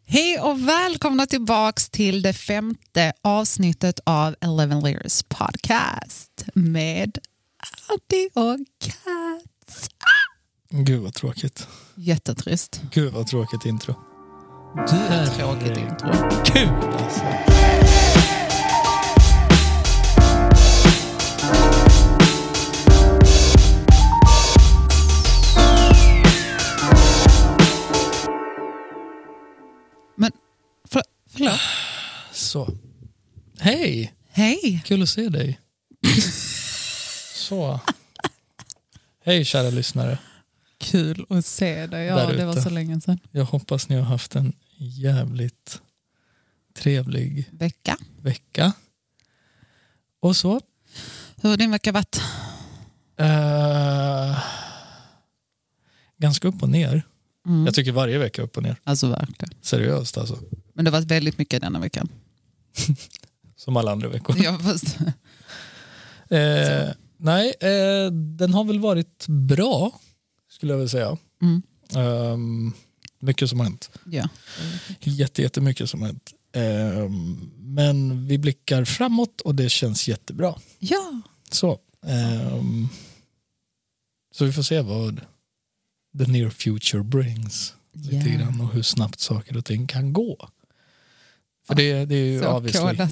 Hej och välkomna tillbaks till det 5:e avsnittet av 11 Layers podcast med Addi och Cats. Gud vad tråkigt. Jättetrist. Gud vad tråkigt intro. Du är tråkigt intro. Kul alltså. Men, förlåt. Så. Hej. Hej. Kul att se dig. Så. Hej kära lyssnare. Kul att se dig. Ja, det var så länge sedan. Jag hoppas ni har haft en jävligt trevlig vecka. Och så. Hur har din vecka varit? Ganska upp och ner. Jag tycker varje vecka upp och ner. Alltså verkligen. Seriöst alltså. Men det har varit väldigt mycket denna veckan. Som alla andra veckor. Ja, fast... Nej, den har väl varit bra skulle jag vilja säga. Mycket som har hänt. Ja. Jättemycket som har hänt. Men vi blickar framåt och det känns jättebra. Ja. Så vi får se vad the near future brings. Lite grann och hur snabbt saker och ting kan gå. För det är ju obviously...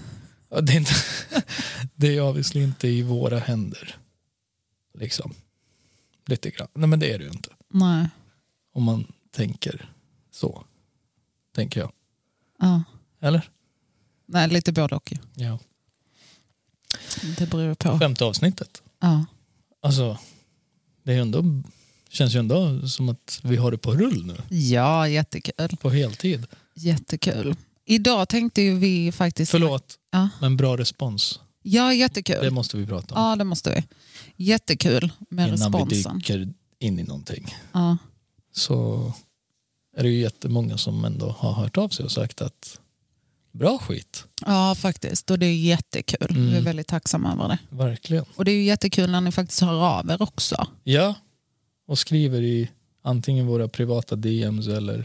Det är obviously inte i våra händer. Liksom. Lite grann. Nej, men det är det ju inte. Nej. Om man tänker så. Tänker jag. Ja. Eller? Nej, lite både och. Ja. Det beror på. 5:e avsnittet. Ja. Alltså, det är ju ändå... Känns ju ändå som att vi har det på rull nu. Ja, jättekul. På heltid. Jättekul. Idag tänkte ju vi faktiskt... Förlåt, ja. Men bra respons. Ja, jättekul. Det måste vi prata om. Ja, det måste vi. Jättekul med innan responsen. Innan vi dyker in i någonting. Ja. Så är det ju jättemånga som ändå har hört av sig och sagt att bra skit. Ja, faktiskt. Och det är jättekul. Vi är väldigt tacksamma över det. Verkligen. Och det är ju jättekul när ni faktiskt hör av er också. Ja, och skriver i antingen våra privata DMs eller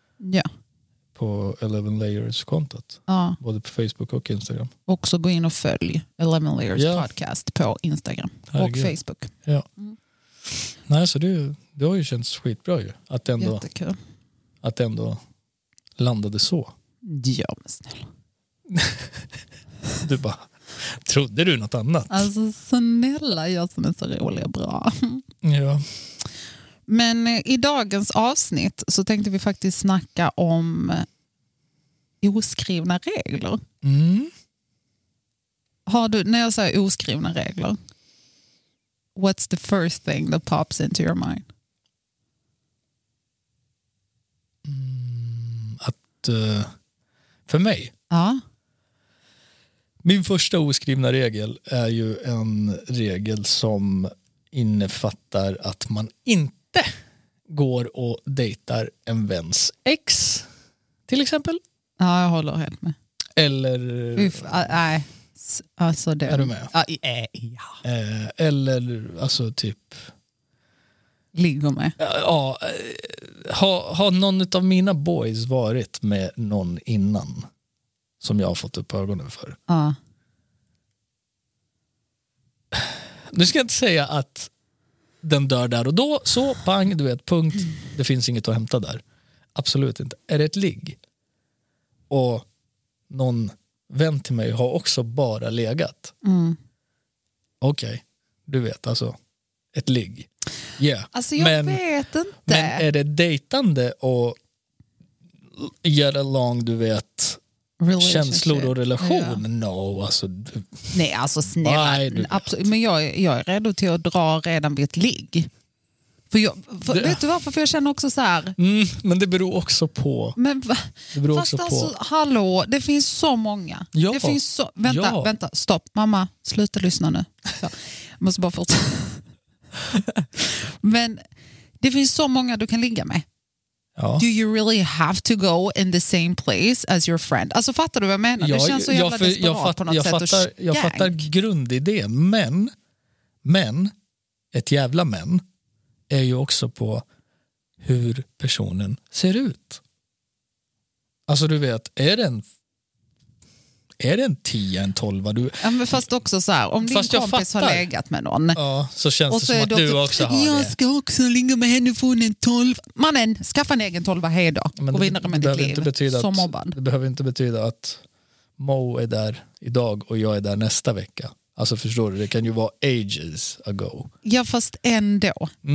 på 11 Layers-kontot. Ja. Både på Facebook och Instagram. Också gå in och följ 11 Layers podcast på Instagram och Facebook. Ja. Nej, så det har ju känts skitbra ju. Jättekul. Att det ändå landade så. Ja, men snälla. Du bara, trodde du något annat? Alltså snälla, jag som är så rolig och bra. Ja. Men i dagens avsnitt så tänkte vi faktiskt snacka om oskrivna regler. Har du, när jag säger oskrivna regler, what's the first thing that pops into your mind? För mig? Ja. Min första oskrivna regel är ju en regel som innefattar att man inte går och dejtar en väns ex, till exempel. Ja, jag håller helt med. Eller... Nej, alltså det... Är du med? Ja. Eller, alltså typ... Ligger med. Ja, har någon av mina boys varit med någon innan som jag har fått upp ögonen för? Ja. Nu ska jag inte säga att den dör där och då, så pang, du vet, punkt. Det finns inget att hämta där. Absolut inte. Är det ett ligg? Och någon vän till mig har också bara legat. Okej, du vet, alltså ett ligg. Yeah. Alltså jag vet inte. Men är det dejtande och get along, du vet, känslor och relation? Ja. No, alltså... Nej, alltså snälla. Absolut. Men jag är redo till att dra redan vid ett ligg. Vet du varför? För jag känner också så här... men det beror också på... Hallå, det finns så många. Ja. Det finns så... Vänta, stopp. Mamma, sluta lyssna nu. Så, jag måste bara fortsätta. Men det finns så många du kan ligga med. Ja. Do you really have to go in the same place as your friend? Alltså fattar du vad jag menar? Det känns så jävla desperat på något sätt. Jag fattar grundidén, men ett jävla men är ju också på hur personen ser ut. Alltså du vet, är det en 10, en 12? Ja, men fast också så här, om din kompis har legat med någon. Ja, så känns och det så som är att det du också, också har jag det. ska också ligga med henne från en 12. Mannen, skaffa en egen 12, hej då. Men Och vidare med ditt liv. Som mobbad. Det behöver inte betyda att Mo är där idag och jag är där nästa vecka. Alltså förstår du, det kan ju vara ages ago. Ja, fast ändå.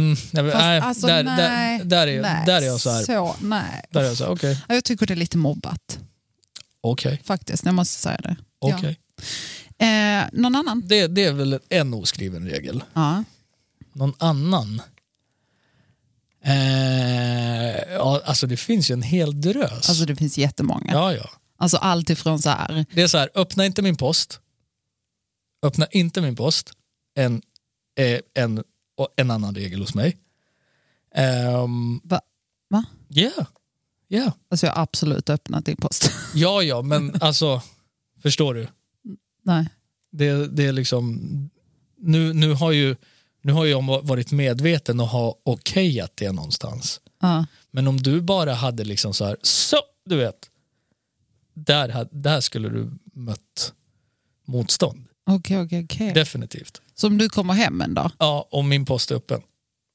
Där är jag så här. Nej. Där är jag så här, okej. Ja, jag tycker det är lite mobbat. Okej. Faktiskt, jag måste säga det. Okej. Ja. Någon annan? Det är väl en oskriven regel. Ja. Någon annan? Ja, alltså det finns ju en hel drös. Alltså det finns jättemånga. Ja. Alltså allt ifrån så här. Det är så här, öppna inte min post. Öppna inte min post. En annan regel hos mig. Va? Ja. Alltså jag har absolut öppnat din post. Ja, men alltså, förstår du? Nej. Det är liksom, nu har jag varit medveten och har okejat det någonstans. Men om du bara hade liksom så här, så du vet, där skulle du mött motstånd. Okej. Definitivt. Så om du kommer hem en dag? Ja, om min post är öppen.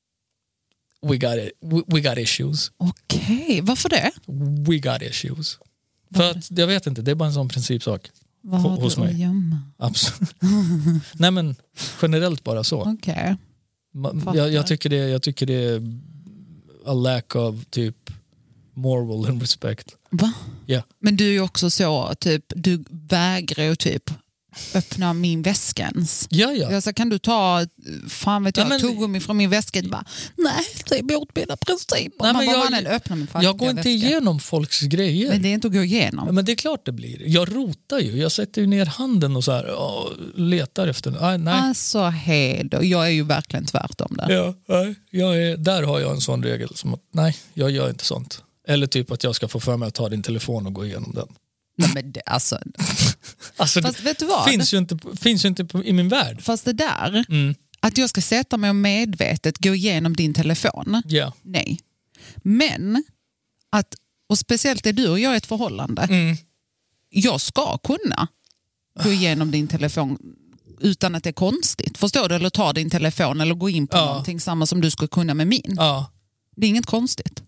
We got issues. Okej, varför det? We got issues. För att, jag vet inte, det är bara en sån principsak. Vad har hos du mig. att gömma? Absolut. Nej men, generellt bara så. Okej. Jag tycker det är a lack of typ moral and respect. Va? Yeah. Men du är ju också så, typ, du vägrar ju typ öppna min väskans. Ja. Alltså, kan du ta tuggummi från min väska? Bara, nej, det är mot mina principer. Jag går inte igenom folks grejer. Men det är inte att gå igenom. Ja, men det är klart det blir. Jag rotar ju. Jag sätter ju ner handen och så här, letar efter. Nej. Alltså hejdå. Jag är ju verkligen tvärtom där. Ja, där har jag en sån regel som att nej, jag gör inte sånt. Eller typ att jag ska få för mig att ta din telefon och gå igenom den. Nej, men det, alltså fast vet du vad? Finns ju inte i min värld. Fast det där, att jag ska sätta mig och medvetet gå igenom din telefon. Yeah. Nej. Men, och speciellt är du och jag i ett förhållande, jag ska kunna gå igenom din telefon utan att det är konstigt. Förstår du? Eller ta din telefon eller gå in på någonting samma som du skulle kunna med min. Ja. Det är inget konstigt.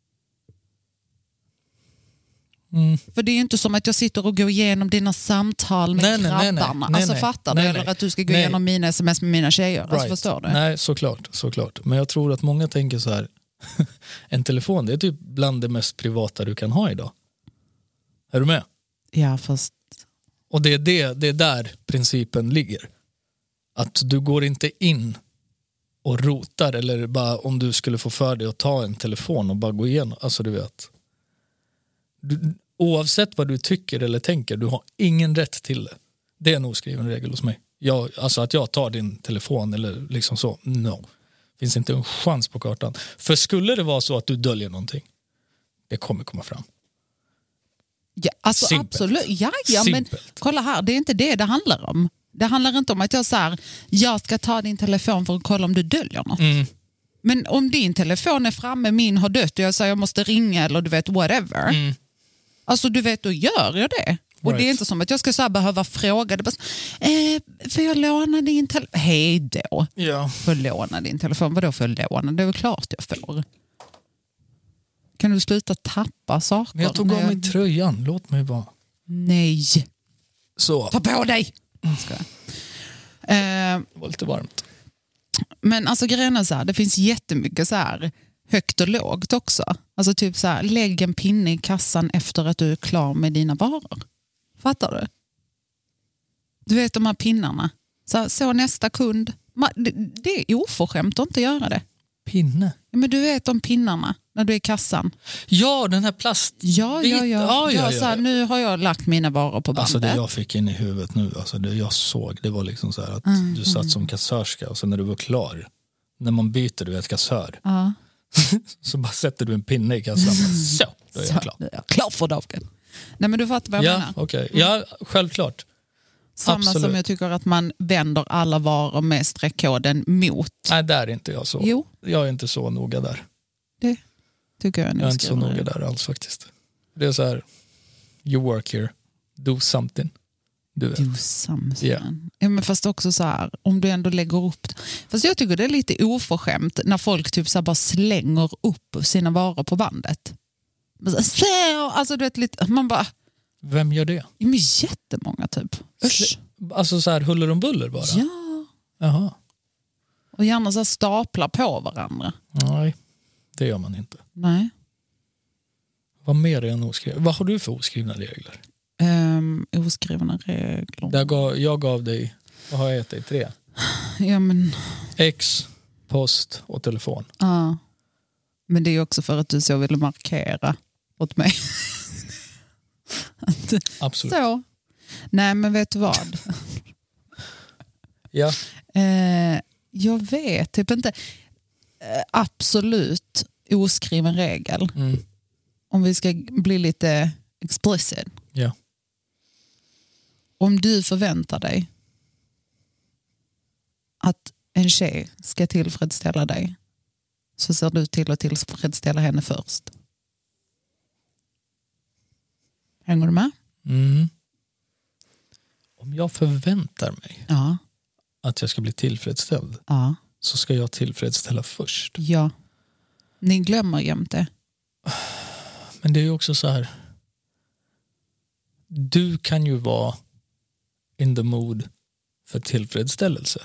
För det är ju inte som att jag sitter och går igenom dina samtal med grabbarna. Alltså fattar du? Eller att du ska gå igenom mina sms med mina tjejer. Right. Alltså förstår du? Nej, såklart. Men jag tror att många tänker så här. En telefon, det är typ bland det mest privata du kan ha idag. Är du med? Ja, fast... Och det är där principen ligger. Att du går inte in och rotar. Eller bara om du skulle få för dig att ta en telefon och bara gå igenom. Alltså du vet... oavsett vad du tycker eller tänker, du har ingen rätt till det. Det är en oskriven regel hos mig. Alltså att jag tar din telefon eller liksom så, no. Finns inte en chans på kartan. För skulle det vara så att du döljer någonting, det kommer komma fram. Ja, alltså simpelt. Absolut. Ja, men kolla här, det är inte det handlar om. Det handlar inte om att jag ska ta din telefon för att kolla om du döljer något. Men om din telefon är framme, min har dött och jag säger jag måste ringa eller du vet whatever. Alltså du vet, då gör jag det. Och det är inte som att jag ska så här behöva fråga. Det bara, får jag låna din telefon? Hej då. Ja. Får låna din telefon? Vadå får jag låna? Det är väl klart jag får. Kan du sluta tappa saker? Men jag tog av mig tröjan. Låt mig vara. Nej. Så. Ta på dig! Det var lite varmt. Men alltså grejen är så här, det finns jättemycket så här högt och lågt också. Alltså typ så här, lägg en pinne i kassan efter att du är klar med dina varor. Fattar du? Du vet de här pinnarna. Så nästa kund. Det är oförskämt att inte göra det. Pinne? Ja, men du vet de pinnarna när du är i kassan. Ja, den här plast. Ja. Så här, nu har jag lagt mina varor på bandet. Alltså det jag fick in i huvudet nu, alltså det jag såg, det var liksom så här att du satt som kassörska och sen när du var klar, när man byter du ett kassör. Så bara sätter du en pinne i kassan. Så, då är jag klar. Nu är jag klar för dagen. Nej, men du fattar vad jag menar. Okay. Ja, självklart. Samma absolut. Som jag tycker att man vänder alla varor med streckkoden mot. Nej, där är inte jag så. Jo. Jag är inte så noga där. Det tycker jag. Jag är inte så noga där alls faktiskt. Det är så här, you work here. Do something. Do something. Yeah. Ja, men fast också så här, om du ändå lägger upp... Fast jag tycker det är lite oförskämt när folk typ så här bara slänger upp sina varor på bandet. Alltså du vet lite, man bara... Vem gör det? Men jättemånga typ. Usch. Alltså så här huller om buller bara? Ja. Jaha. Och gärna så här staplar på varandra. Nej, det gör man inte. Nej. Vad mer är en oskriven? Vad har du för oskrivna regler? Oskrivna regler. Jag gav dig, vad har jag gett dig? 3? Ja, men... X, post och telefon. Ja. Men det är också för att du så ville markera åt mig. Absolut. Så. Nej, men vet du vad? Ja. Jag vet typ inte. Absolut oskriven regel. Om vi ska bli lite explicit. Ja. Om du förväntar dig att en tjej ska tillfredsställa dig, så ser du till att tillfredsställa henne först. Hänger du med? Om jag förväntar mig att jag ska bli tillfredsställd, så ska jag tillfredsställa först. Ja. Ni glömmer jämt det. Men det är ju också så här, du kan ju vara in the mood för tillfredsställelse.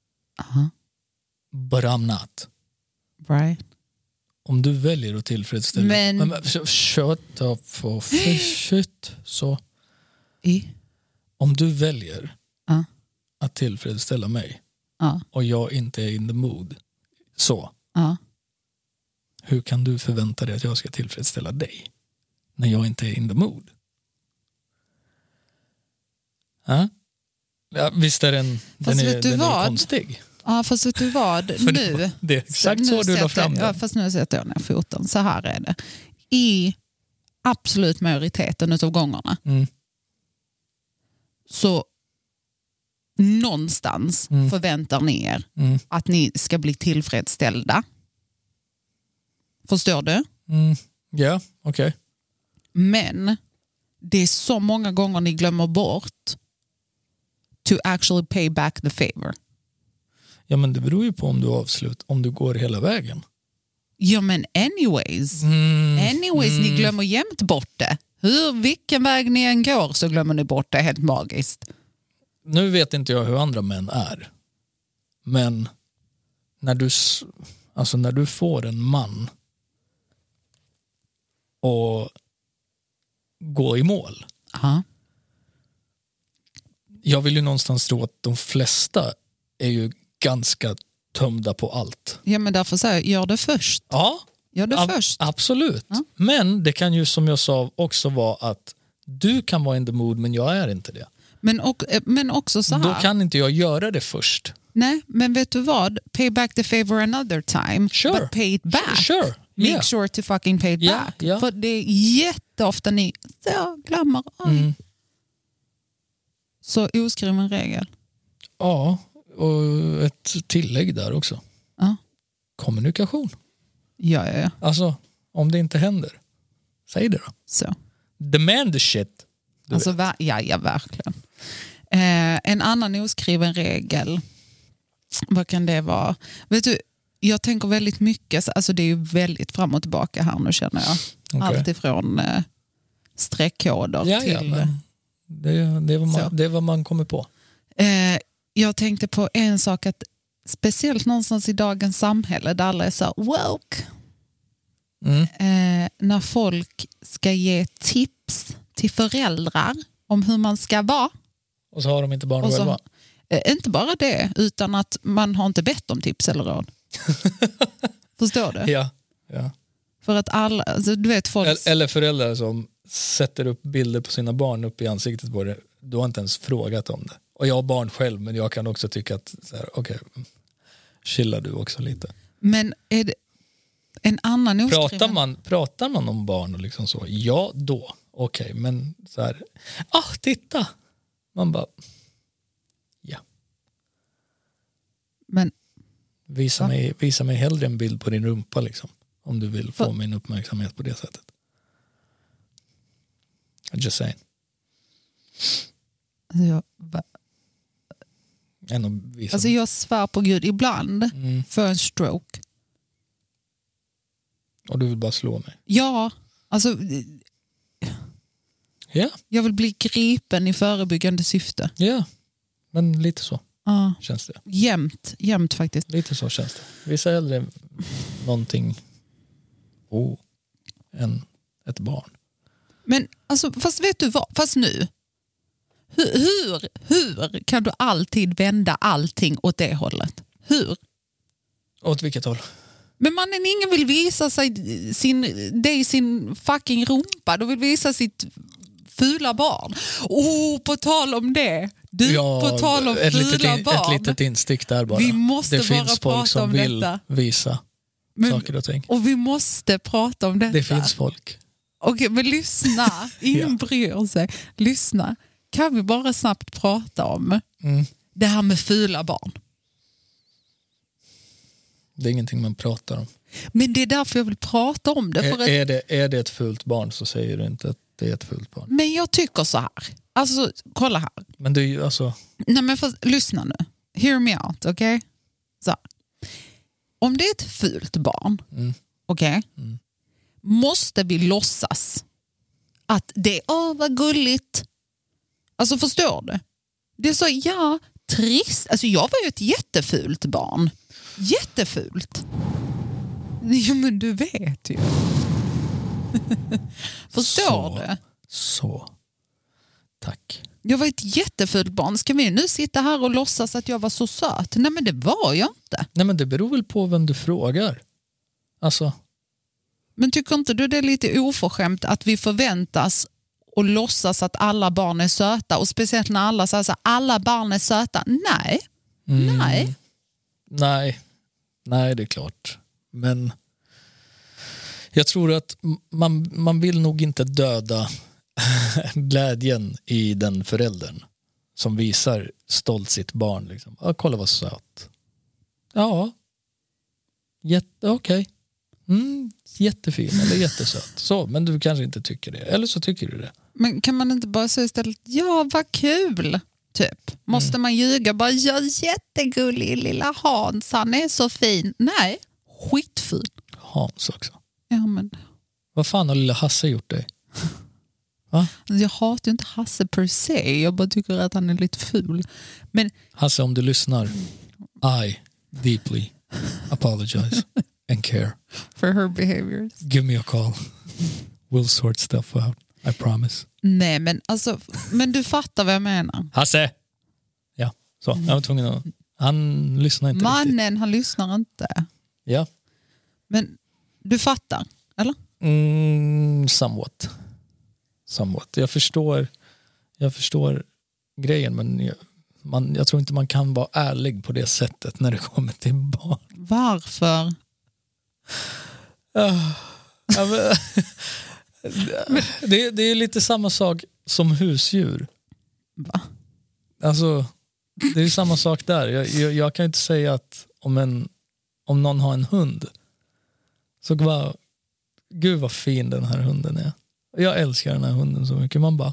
But I'm not. Right. Om du väljer att tillfredsställa... Men kött och shit, så... Om du väljer att tillfredsställa mig och jag inte är in the mood, så... Hur kan du förvänta dig att jag ska tillfredsställa dig när jag inte är in the mood? Ja, visst är den är konstig. Ja, fast vet du vad? Nu, det är exakt så du la fram den. Ja, fast nu sätter jag ner foten. Så här är det. I absolut majoriteten av gångerna så någonstans förväntar ni er att ni ska bli tillfredsställda. Förstår du? Ja, okej. Men det är så många gånger ni glömmer bort to actually pay back the favor. Ja, men det beror ju på om du går hela vägen. Ja, men anyways, ni glömmer jämt bort det. Vilken väg ni än går så glömmer ni bort det helt magiskt. Nu vet inte jag hur andra män är. Men när du får en man och gå i mål. Jag vill ju någonstans tro att de flesta är ju ganska tömda på allt. Ja, men därför säger jag, gör det först. Ja, gör det först. Absolut. Ja. Men det kan ju, som jag sa, också vara att du kan vara in the mood, men jag är inte det. Men också så här. Då kan inte jag göra det först. Nej, men vet du vad? Pay back the favor another time. Sure. But pay it back. Sure. Make sure to fucking pay it back. Yeah. För det är jätteofta ni glömmer. Så oskriven regel. Ja, och ett tillägg där också. Kommunikation. Ja. Alltså, om det inte händer, säg det då. Så. Demand the shit. Alltså, ja, verkligen. En annan oskriven regel, vad kan det vara? Vet du, jag tänker väldigt mycket, alltså det är ju väldigt fram och tillbaka här nu känner jag. Okay. Allt ifrån streckkoder till... men det är vad man kommer på. Jag tänkte på en sak, att speciellt någonstans i dagens samhälle där alla är så woke. När folk ska ge tips till föräldrar om hur man ska vara. Och så har de inte barn själva. Inte bara det, utan att man har inte bett om tips eller råd. Förstår du? Ja. För att alla, alltså, du vet folk... Eller föräldrar som sätter upp bilder på sina barn upp i ansiktet på det. Du har inte ens frågat om det. Och jag har barn själv, men jag kan också tycka att okej, chilla du också lite. Men är det en annan oskriven... Pratar man om barn och liksom så? Ja, då. Okej, men så här, titta! Man bara, ja. Men visa mig hellre en bild på din rumpa liksom, om du vill få min uppmärksamhet på det sättet. Just saying. Jag svär på Gud, ibland för en stroke. Och du vill bara slå mig? Ja, alltså... Yeah. Jag vill bli gripen i förebyggande syfte. Ja, men lite så känns det. Jämt faktiskt. Lite så känns det. Vissa äldre någonting än ett barn. Men alltså, fast vet du vad? Fast nu. Hur kan du alltid vända allting åt det hållet? Hur? Åt vilket håll? Men mannen, ingen vill visa sig sin fucking rumpa. De vill visa sitt fula barn. På tal om det. På tal om fula barn. Ett litet instick där bara. Vi måste det bara finns prata folk som om vill detta. visa saker och ting. Och vi måste prata om detta. Det finns folk. Okej, men lyssna. Ingen bryr sig. Lyssna. Kan vi bara snabbt prata om det här med fula barn? Det är ingenting man pratar om. Men det är därför jag vill prata om det. Är det ett fult barn så säger du inte att det är ett fult barn. Men jag tycker så här. Alltså, kolla här. Men det är ju alltså... Nej, men lyssna nu. Hear me out, okej? Så. Om det är ett fult barn, okej? Måste vi låtsas att det är vad gulligt. Alltså, förstår du? Det är så, trist. Alltså, jag var ju ett jättefult barn. Jättefult. Ja, men du vet ju. Förstår du? Så. Tack. Jag var ett jättefult barn. Ska vi nu sitta här och låtsas att jag var så söt? Nej, men det var jag inte. Nej, men det beror väl på vem du frågar. Alltså. Men tycker inte du det är lite oförskämt att vi förväntas och låtsas att alla barn är söta? Och speciellt när alla säger så, alla barn är söta. Nej. Nej, det är klart. Men jag tror att man vill nog inte döda glädjen i den föräldern som visar stolt sitt barn. Liksom. Kolla vad söt. Ja. Okej. Jättefin eller jättesöt. Så, men du kanske inte tycker det. Eller så tycker du det. Men kan man inte bara säga istället, ja vad kul, typ. Måste man ljuga? Bara, jättegullig lilla Hans, han är så fin. Nej, skitfin. Hans också. Ja, men... Vad fan har lilla Hasse gjort dig? Va? Jag hatar ju inte Hasse per se. Jag bara tycker att han är lite ful. Men... Hasse, om du lyssnar, I deeply apologize and care for her behaviors. Give me a call. We'll sort stuff out. I promise. Nej, men alltså, men du fattar vad jag menar. Hasse! Ja, så. Jag var tvungen att... Han lyssnar inte Mannen, riktigt. Han lyssnar inte. Ja. Men du fattar, eller? Somewhat. Jag förstår grejen, men jag tror inte man kan vara ärlig på det sättet när det kommer till barn. Varför? Det är lite samma sak som husdjur. Va? Alltså, det är samma sak där. Jag kan inte säga att om någon har en hund så bara, gud vad fin den här hunden är. Jag älskar den här hunden så mycket. Man bara,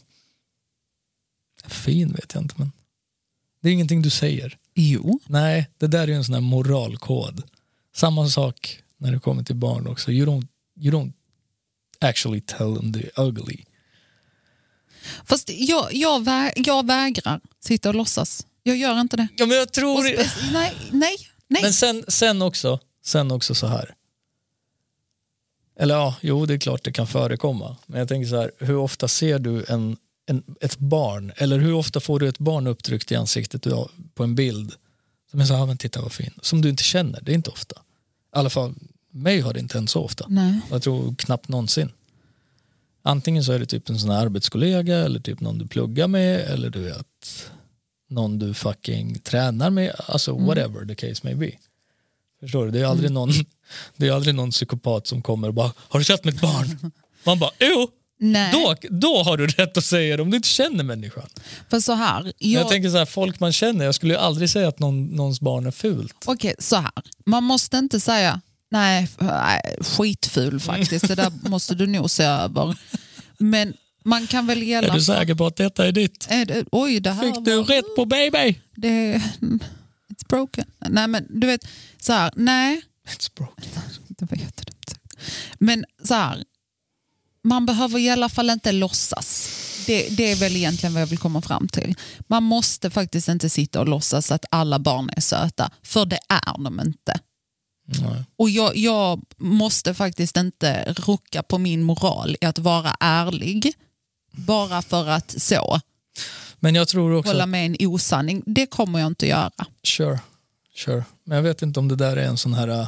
fin vet jag inte, men det är ingenting du säger. Jo. Nej, det där är ju en sån här moralkod. Samma sak när det kommer till barn också. You don't actually tell them they're ugly. Fast jag vägrar sitta och låtsas. Jag gör inte det. Ja, men jag tror... Nej. Men sen också så här. Eller ja, jo, det är klart det kan förekomma. Men jag tänker så här, hur ofta ser du ett barn, eller hur ofta får du ett barn upptryckt i ansiktet på en bild som är så här, men titta vad fin. Som du inte känner, det är inte ofta. I alla fall, mig har det inte hänt så ofta. Nej. Jag tror knappt någonsin. Antingen så är det typ en sån här arbetskollega eller typ någon du pluggar med eller du vet någon du fucking tränar med, alltså whatever the case may be. Förstår du? Det är aldrig någon psykopat som kommer och bara, har du sett mitt barn? Man bara, jo. Nej. Då har du rätt att säga det om du inte känner människan. För så här, jag tänker så här, folk man känner, jag skulle ju aldrig säga att någons barn är fult. Okej, så här. Man måste inte säga nej, skitful faktiskt. Det där måste du nog se över. Men man kan väl Är du säker på att detta är ditt? Oj, det här fick du rätt på baby? It's broken. Nej, men du vet, så här, nej. It's broken. Det var jättedumt sagt. Men så här, man behöver i alla fall inte låtsas. Det är väl egentligen vad jag vill komma fram till. Man måste faktiskt inte sitta och låtsas att alla barn är söta. För det är de inte. Nej. Och jag måste faktiskt inte rucka på min moral i att vara ärlig. Bara för att Men jag tror också hålla med en osanning. Det kommer jag inte göra. Sure. Men jag vet inte om det där är en sån här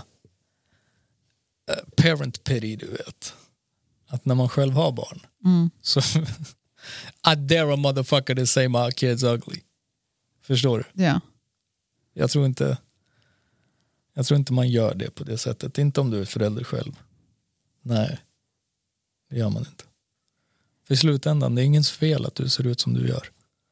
parent pity, du vet. Att när man själv har barn så I dare a motherfucker to say my kid's ugly. Förstår du? Ja. Jag tror inte man gör det på det sättet. Inte om du är förälder själv. Nej, det gör man inte. För i slutändan, det är ingens fel att du ser ut som du gör.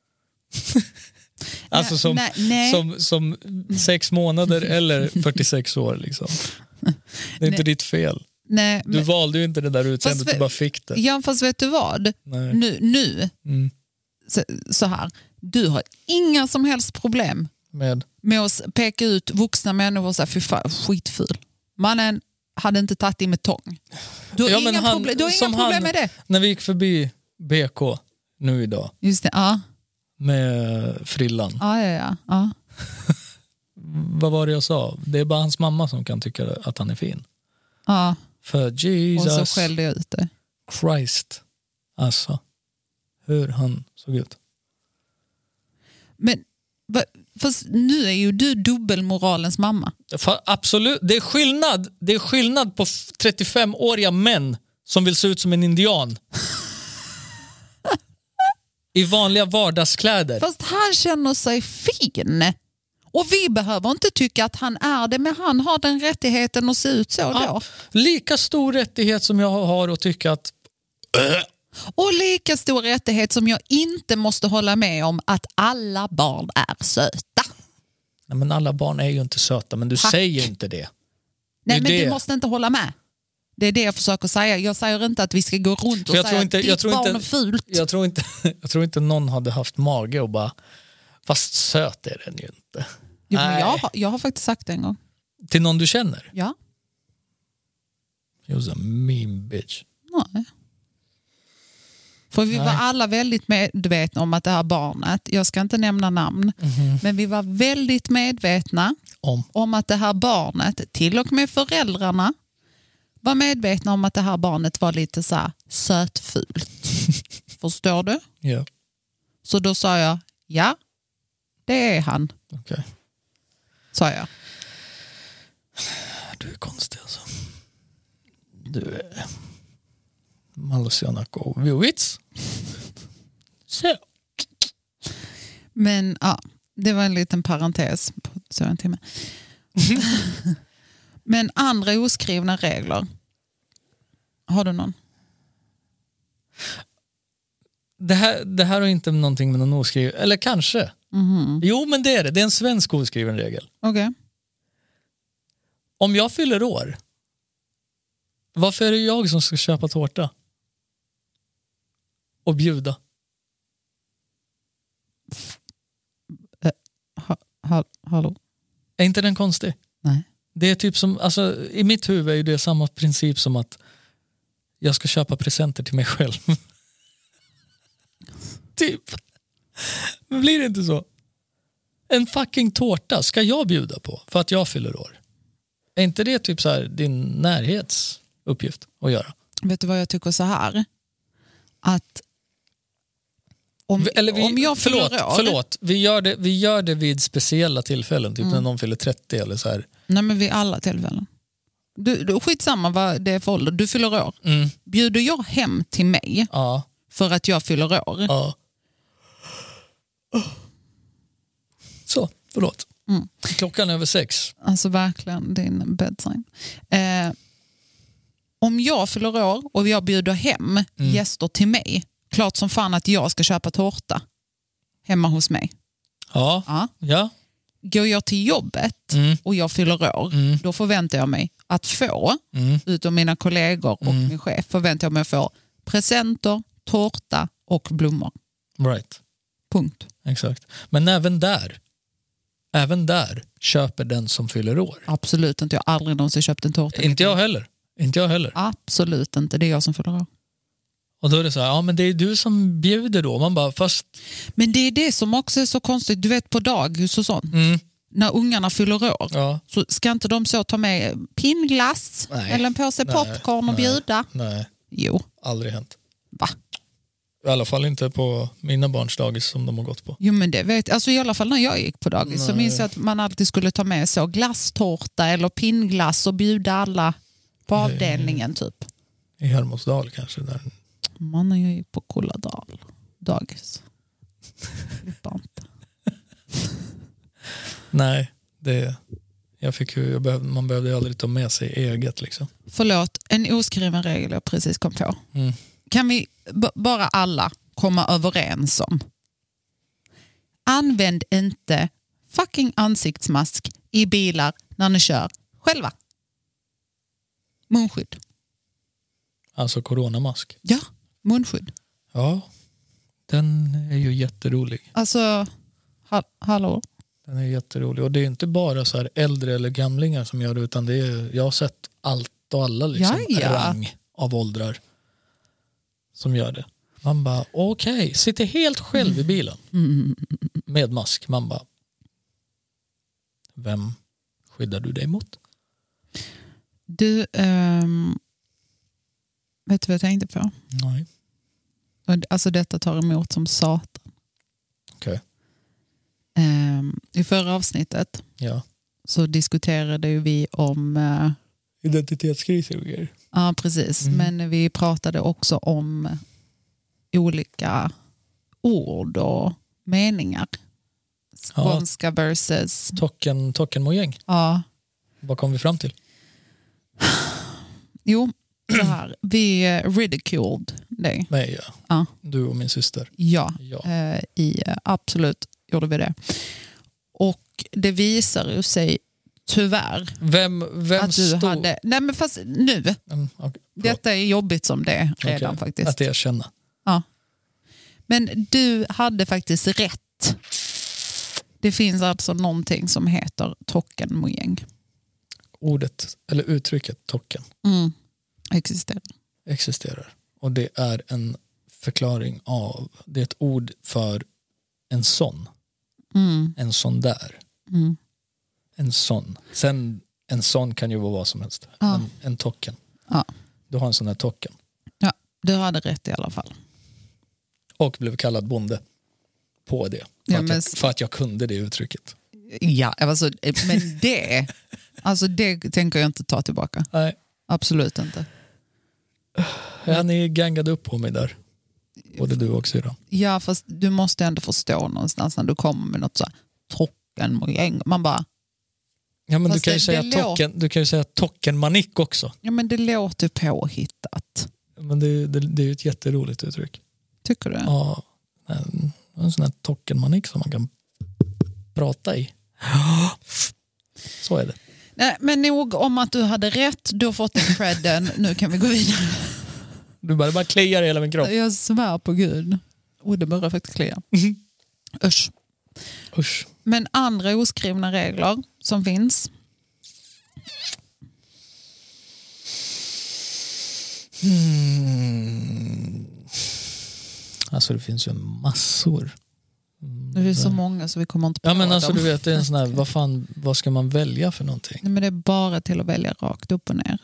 Alltså som 6 månader eller 46 år liksom. Det är inte ditt fel. Nej, du valde ju inte det där utseendet, du bara fick det. Ja, fast vet du vad? Nej. Nu så här. Du har inga som helst problem med att peka ut vuxna människor och säga, fy fan, skitful. Mannen hade inte tagit in med tång. Du har inga problem med det. När vi gick förbi BK nu idag. Just det, ja. Med frillan. Ja. Vad var det jag sa? Det är bara hans mamma som kan tycka att han är fin. Ja. För Jesus. Och så skällde jag ut det. Christ. Alltså. Hur han såg ut. Men fast nu är ju du dubbelmoralens mamma. Absolut. Det är skillnad på 35-åriga män som vill se ut som en indian. I vanliga vardagskläder. Fast han känner sig fin. Och vi behöver inte tycka att han är det, men han har den rättigheten att se ut så då. Lika stor rättighet som jag har att tycka att... Och lika stor rättighet som jag inte måste hålla med om att alla barn är söta. Nej, men alla barn är ju inte söta, men du säger inte det. Nej, men du måste inte hålla med. Det är det jag försöker säga. Jag säger inte att vi ska gå runt och säga att ditt barn är fult. Jag tror inte någon hade haft mage och bara, fast söt är den ju inte. Jo, men jag har faktiskt sagt det en gång. Till någon du känner? Ja. You're a mean bitch. Nej. För vi var alla väldigt medvetna om att det här barnet, jag ska inte nämna namn, men vi var väldigt medvetna om att det här barnet, till och med föräldrarna, var medvetna om att det här barnet var lite så här sötfult. Förstår du? Ja. Så då sa jag, ja, det är han. Okej. Sa jag. Du är konstig alltså. Du är Malosianako Viewits. Så. Men ja, det var en liten parentes på så en timme. Men andra oskrivna regler. Har du någon? Det här har inte någonting med någon oskriven... Eller kanske. Jo, men det är det. Det är en svensk oskriven regel. Okej. Om jag fyller år, varför är det jag som ska köpa tårta? Och bjuda? Hallå? Är inte den konstig? Nej. Det är typ som, alltså, i mitt huvud är ju det samma princip som att jag ska köpa presenter till mig själv. Typ. Men blir det inte så? En fucking tårta ska jag bjuda på för att jag fyller år. Är inte det typ så här din närhetsuppgift att göra? Vet du vad jag tycker så här? Att om jag fyller år... Förlåt, vi gör det vid speciella tillfällen, typ när någon fyller 30 eller så här. Nej, men vid alla tillfällen. Du skitsamma vad det är för ålder. Du fyller år. Bjuder jag hem till mig för att jag fyller år? Ja. Så, förlåt. Klockan är över 6. Alltså verkligen, din bedtime. Om jag fyller år och jag bjuder hem gäster till mig, klart som fan att jag ska köpa tårta hemma hos mig. Ja. Går jag till jobbet och jag fyller år, då förväntar jag mig att få, utav mina kollegor och min chef, förväntar jag mig att få presenter, tårta och blommor. Right. Punkt. Exakt. Men även där köper den som fyller år. Absolut inte. Jag har aldrig någonsin köpt en tårta. Inte jag heller. Absolut inte. Det är jag som fyller år. Och då är det så här, ja men det är du som bjuder då. Man bara, fast... Men det är det som också är så konstigt. Du vet på dagis och sånt. När ungarna fyller år så ska inte de så ta med pinnglass eller en påse popcorn och bjuda? Nej. Jo. Aldrig hänt. Va? I alla fall inte på mina barns dagis som de har gått på. Jo men det vet jag. Alltså i alla fall när jag gick på dagis så minns jag att man alltid skulle ta med så glasstårta eller pinnglass och bjuda alla på avdelningen typ. I Hermodsdal kanske där. Man jag gick på Kulladal dagis. Inte. Nej, man behövde aldrig ta med sig eget liksom. Förlåt, en oskriven regel jag precis kom på. Kan vi bara alla komma överens om? Använd inte fucking ansiktsmask i bilar när ni kör själva. Munskydd. Alltså coronamask. Ja, munskydd. Ja, den är ju jätterolig. Alltså, hallå? Den är jätterolig. Och det är inte bara så här äldre eller gamlingar som gör det, utan det är, jag har sett allt och alla liksom, rang av åldrar som gör det. Man bara, okej, sitter helt själv i bilen med mask. Man bara, vem skyddar du dig mot? Du, vet du vad jag tänkte på? Nej. Alltså detta tar emot som satan. Okej. I förra avsnittet så diskuterade vi om identitetskriser och grejer. Ja, precis. Men vi pratade också om olika ord och meningar. Skånska versus... Tockenmojäng. Ja. Vad kom vi fram till? Jo, så här. Vi ridiculed dig. Nej, ja. Du och min syster. Ja. Absolut gjorde vi det. Och det visar ju sig tyvärr vem att du stod... hade... Nej men fast nu. Detta är jobbigt som det är redan faktiskt. Att jag känner. Ja. Men du hade faktiskt rätt. Det finns alltså någonting som heter tockenmojäng. Ordet, eller uttrycket tocken. Existerar. Och det är en förklaring av, det är ett ord för en sån. En sån där. En sån. Sen en sån kan ju vara vad som helst. En tocken. Ja. Du har en sån här tocken. Ja, du hade rätt i alla fall. Och blev kallad bonde på det. För att jag kunde det uttrycket. Ja, alltså, men det tänker jag inte ta tillbaka. Nej. Absolut inte. Ja, ni gangade upp på mig där. Både du och syrran. Ja, fast du måste ändå förstå någonstans när du kommer med något så här tockenmojäng. Man bara... Ja, men du kan ju säga tockenmanik också. Ja, men det låter påhittat. Men det är ju ett jätteroligt uttryck. Tycker du? Ja, en sån här tockenmanik som man kan prata i. Så är det. Nej, men nog om att du hade rätt. Du har fått den credden. Nu kan vi gå vidare. Du bara kliar i hela min kropp. Jag svär på Gud. Och det börjar faktiskt klia. Usch. Men andra oskrivna regler som finns. Alltså det finns ju massor. Det är så många så vi kommer inte på dem. Ja, men alltså du vet, det är en sån här, vad ska man välja för någonting? Nej, men det är bara till att välja rakt upp och ner.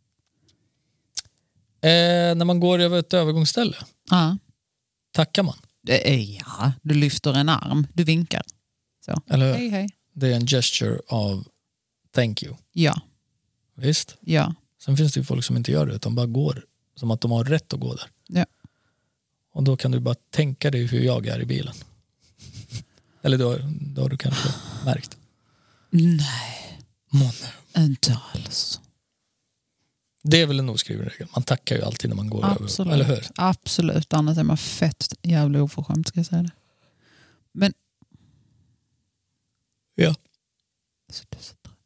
När man går över ett övergångsställe. Ja. Tackar man? Ja, du lyfter en arm, du vinkar. Så. Eller hej. Det är en gesture av thank you. Ja. Visst? Ja. Sen finns det ju folk som inte gör det utan bara går som att de har rätt att gå där. Ja. Och då kan du bara tänka dig hur jag är i bilen. Eller då har du kanske märkt. Nej. Inte alls. Det är väl en oskriven regel. Man tackar ju alltid när man går över. Eller hur? Absolut. Annars är man fett jävla oförskämt, ska jag säga det. Men... Ja. Så du är så trött.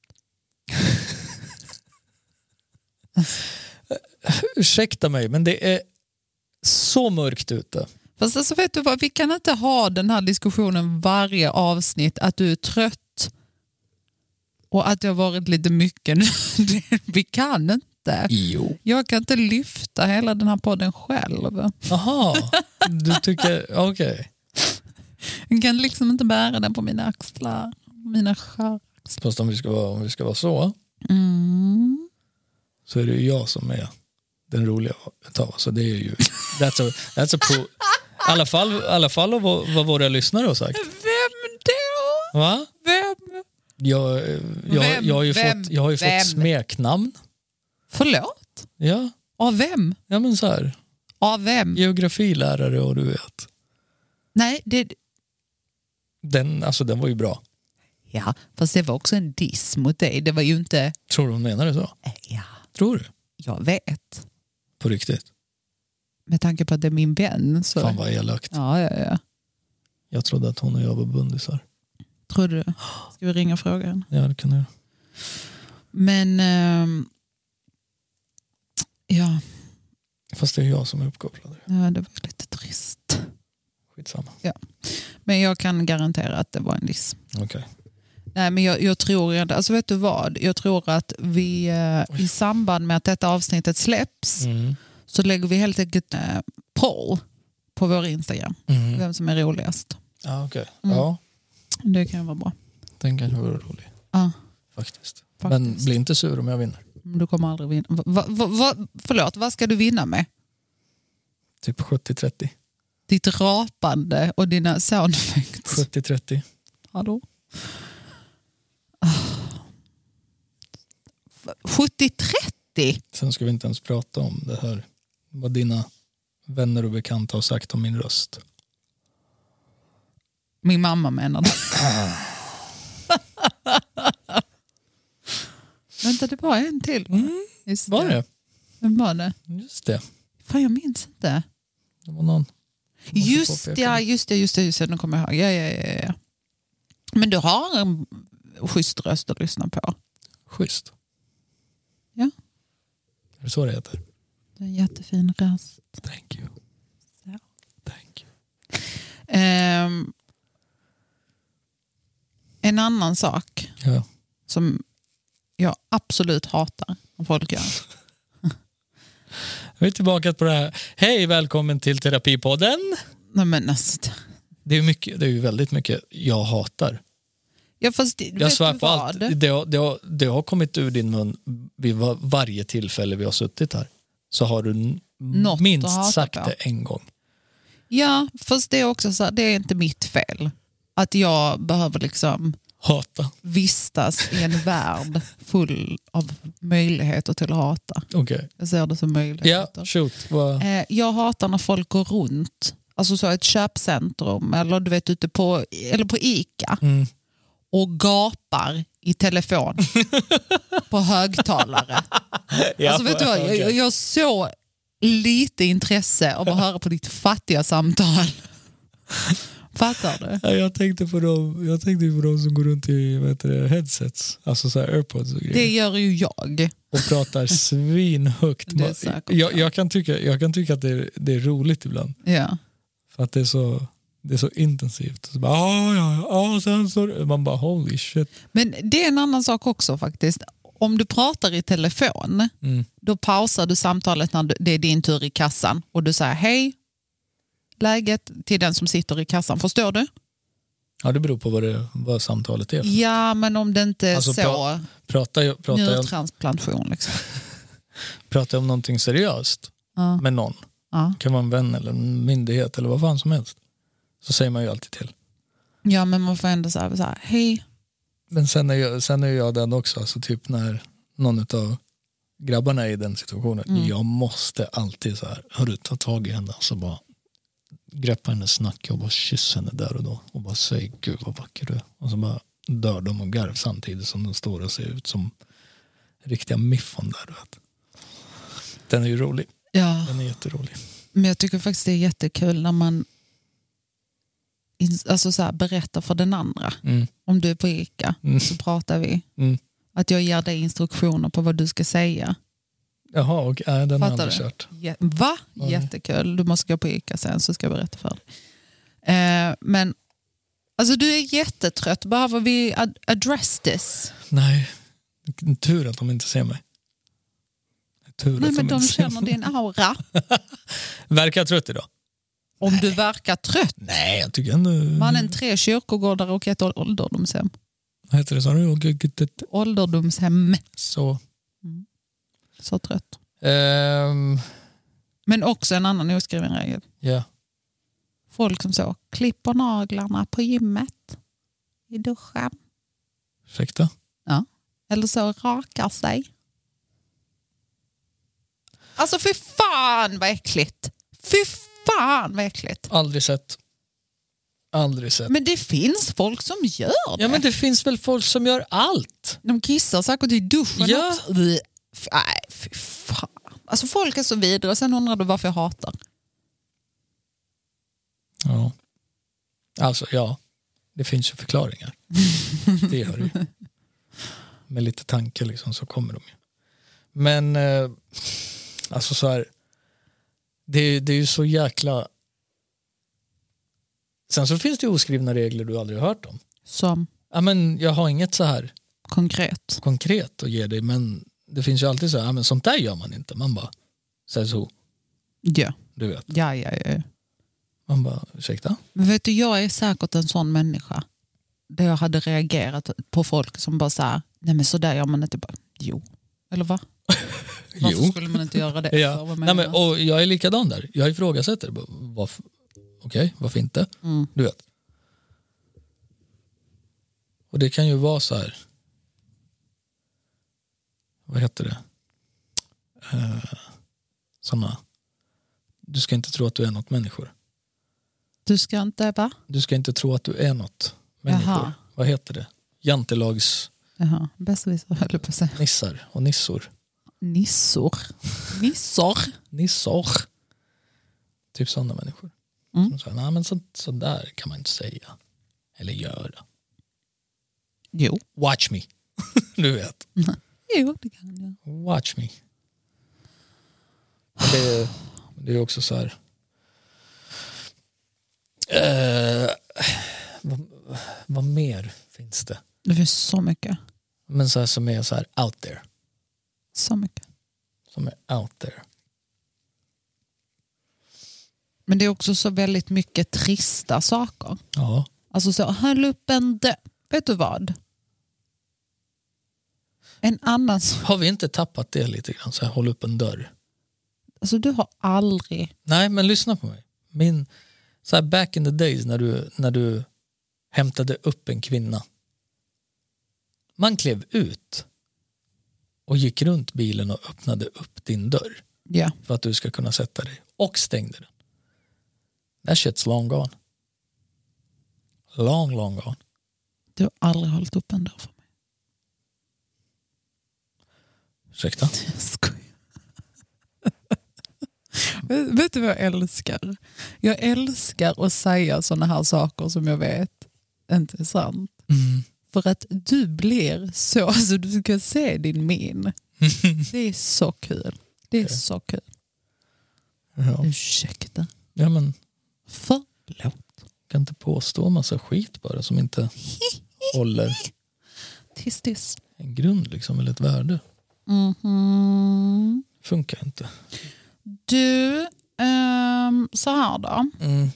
Ursäkta mig, men det är så mörkt ute. Fast alltså, vet du vad, vi kan inte ha den här diskussionen varje avsnitt att du är trött och att det har varit lite mycket nu. Vi kan inte. Jo. Jag kan inte lyfta hela den här podden själv. Jaha, du tycker, okej. Jag kan liksom inte bära den på mina axlar. Mina skär. Fast om vi ska vara så, så är det ju jag som är den roliga utav oss. Så det är ju that's a pro. I alla fall av vad våra lyssnare har sagt. Vem då? Va? Vem? Jag har ju fått smeknamn. Förlåt? Ja. Av vem? Ja, men så här. Av vem? Geografilärare, och du vet. Nej, Den var ju bra. Ja, fast det var också en diss mot dig. Det var ju inte... Tror du hon menar det så? Ja. Tror du? Jag vet. På riktigt? Med tanke på att det är min vän. Så... Fan vad elakt. Ja. Jag trodde att hon och jag var bundisar. Tror du? Ska vi ringa frågan? Ja, det kan du. Men... ja. Fast det är jag som är uppkopplad. Ja, det var lite trist. Skitsamma. Ja. Men jag kan garantera att det var en diss. Okej. Nej, men jag tror inte... Alltså vet du vad? Jag tror att vi i samband med att detta avsnittet släpps så lägger vi helt enkelt poll på vår Instagram. Vem som är roligast. Ja, okej. Ja. Det kan vara bra. Den kan ju vara rolig. Ja. Faktiskt. Men bli inte sur om jag vinner. Du kommer aldrig vinna. Förlåt, vad ska du vinna med? Typ 70-30. Ditt rapande och dina sound effects. 70-30. Hallå? 70-30? Sen ska vi inte ens prata om det här. Vad dina vänner och bekanta har sagt om min röst. Min mamma menar det. Vänta, det var en till. Var det? Vem var det? Just det. Fan, jag minns inte. Det var någon. Just det. Nu kommer jag ihåg. Ja. Men du har en schysst röst att lyssna på. Schysst. Ja. Är det så det heter? Det är en jättefin röst. Thank you. Så. Thank you. En annan sak Ja. som jag absolut hatar om folk gör. Vi är tillbaka på det här. Hej, välkommen till Terapipodden. Nej, men alltså, Det är ju väldigt mycket jag hatar. ja, fast Jag svär på allt. Det har kommit ur din mun vid varje tillfälle vi har suttit här. Så har du minst sagt det en gång. Ja, fast det är också så här, det är inte mitt fel. Att jag behöver liksom hata. Vistas i en värld full av möjligheter till att hata. Okay. Jag ser det som möjligheter. Ja, shoot. Jag hatar när folk går runt, alltså så ett köpcentrum eller du vet ute på Ica och gapar i telefon på högtalare. Alltså vet du vad, jag har så lite intresse av att höra på ditt fattiga samtal. Fattar du? Ja, jag tänkte på dem som går runt i headsets, alltså så här AirPods och grejer. Det gör ju jag. Och pratar svinhögt. Jag kan tycka att det är roligt ibland. Ja. För att det är så intensivt. Så bara, sen så man bara holy shit. Men det är en annan sak också faktiskt. Om du pratar i telefon, då pausar du samtalet när det är din tur i kassan och du säger hej, läget till den som sitter i kassan. Förstår du? Ja, det beror på vad samtalet är. Ja, men om det inte är alltså, så njurtransplantation liksom. Pratar jag om någonting seriöst med någon. Kan vara en vän eller en myndighet eller vad fan som helst. Så säger man ju alltid till. Ja, men man får ändå säga så här, hej. Men sen är jag den också. Alltså typ när någon av grabbarna är i den situationen. Jag måste alltid så här, hörru, ta tag i henne. Alltså bara greppa henne, snacka och bara kyssa henne där och då. Och bara säga, gud vad vacker du är. Och så bara dör de och garv samtidigt som de står och ser ut som riktiga miffon där. Du vet. Den är ju rolig. Ja. Den är jätterolig. Men jag tycker faktiskt det är jättekul när man alltså så här, berättar för den andra. Om du är på Ica så pratar vi. Att jag ger dig instruktioner på vad du ska säga. Jaha, och den har jag aldrig kört. Va? Jättekul. Du måste gå på ICA sen så ska jag berätta för dig. Men alltså du är jättetrött. Behöver vi address this? Nej, tur att de inte ser mig. Nej, men de känner din aura. Verkar trött idag? Om du verkar trött? Nej, jag tycker ändå... Mannen 3 kyrkogårdar och ett ålderdomshem. Vad heter det, sa du? Ålderdomshem. Så. Så trött. Men också en annan oskriven regel. Ja. Folk som så klipper naglarna på gymmet. I duschen. Ursäkta? Ja. Eller så rakar sig. Alltså fy fan vad äckligt. Fy fan vad äckligt. Aldrig sett. Men det finns folk som gör det. Ja, men det finns väl folk som gör allt. De kissar säkert i duschen ja. också. Nej, fy fan. Alltså folk är så vidare och sen undrar du varför jag hatar. Ja. Alltså ja. Det finns ju förklaringar. Det gör det ju. Med lite tanke liksom så kommer de ju. Men alltså så här. Det är ju så jäkla... Sen så finns det ju oskrivna regler du aldrig har hört om. Som? Ja, men jag har inget så här konkret att ge dig, men det finns ju alltid så här, ja, men sånt där gör man inte. Man bara säger så. Ja. Du vet. Ja. Man bara, ursäkta? Men vet du, jag är säkert en sån människa där jag hade reagerat på folk som bara så här, nej men så där gör man inte. Bara, jo. Eller va? Varför skulle man inte göra det? Ja. Nej, men, och jag är likadan där. Jag ifrågasätter. Varför? Okej, varför inte? Du vet. Och det kan ju vara så här. Vad heter det? Såna. Du ska inte tro att du är något människor. Du ska inte, va? Du ska inte tro att du är något människor. Jaha. Vad heter det? Jantelags... Jaha, bästvisar höll jag på att säga. Nissar och nissor. Nissor. Typ sådana människor. Som säger, nej men så där kan man inte säga. Eller göra. Jo. Watch me. Du vet. Jo, det kan jag. Watch me. Det är också så här. Vad mer finns det? Det finns så mycket. Men så här, som är så här out there. Så mycket. Som är out there. Men det är också så väldigt mycket trista saker. Ja. Alltså så, höll upp en dörr. Vet du vad? En annan... Har vi inte tappat det lite grann? Så här, håll upp en dörr. Alltså du har aldrig... Nej, men lyssna på mig. Så här back in the days när du hämtade upp en kvinna. Man klev ut och gick runt bilen och öppnade upp din dörr. Ja. För att du ska kunna sätta dig. Och stängde den. That shit's long gone. Long gone. Du har aldrig hållit upp en dörr för mig. Ursäkta? Jag skojar. Vet du vad jag älskar? Jag älskar att säga såna här saker som jag vet inte är sant. För att du blir så, alltså du ska se din min. Det är så kul. Det är så kul. Ja. Ursäkta. Ja, men förlåt. Kan inte påstå massa skit bara som inte håller Tiss. En grund liksom, eller ett värde. Funkar inte. Du, så här då.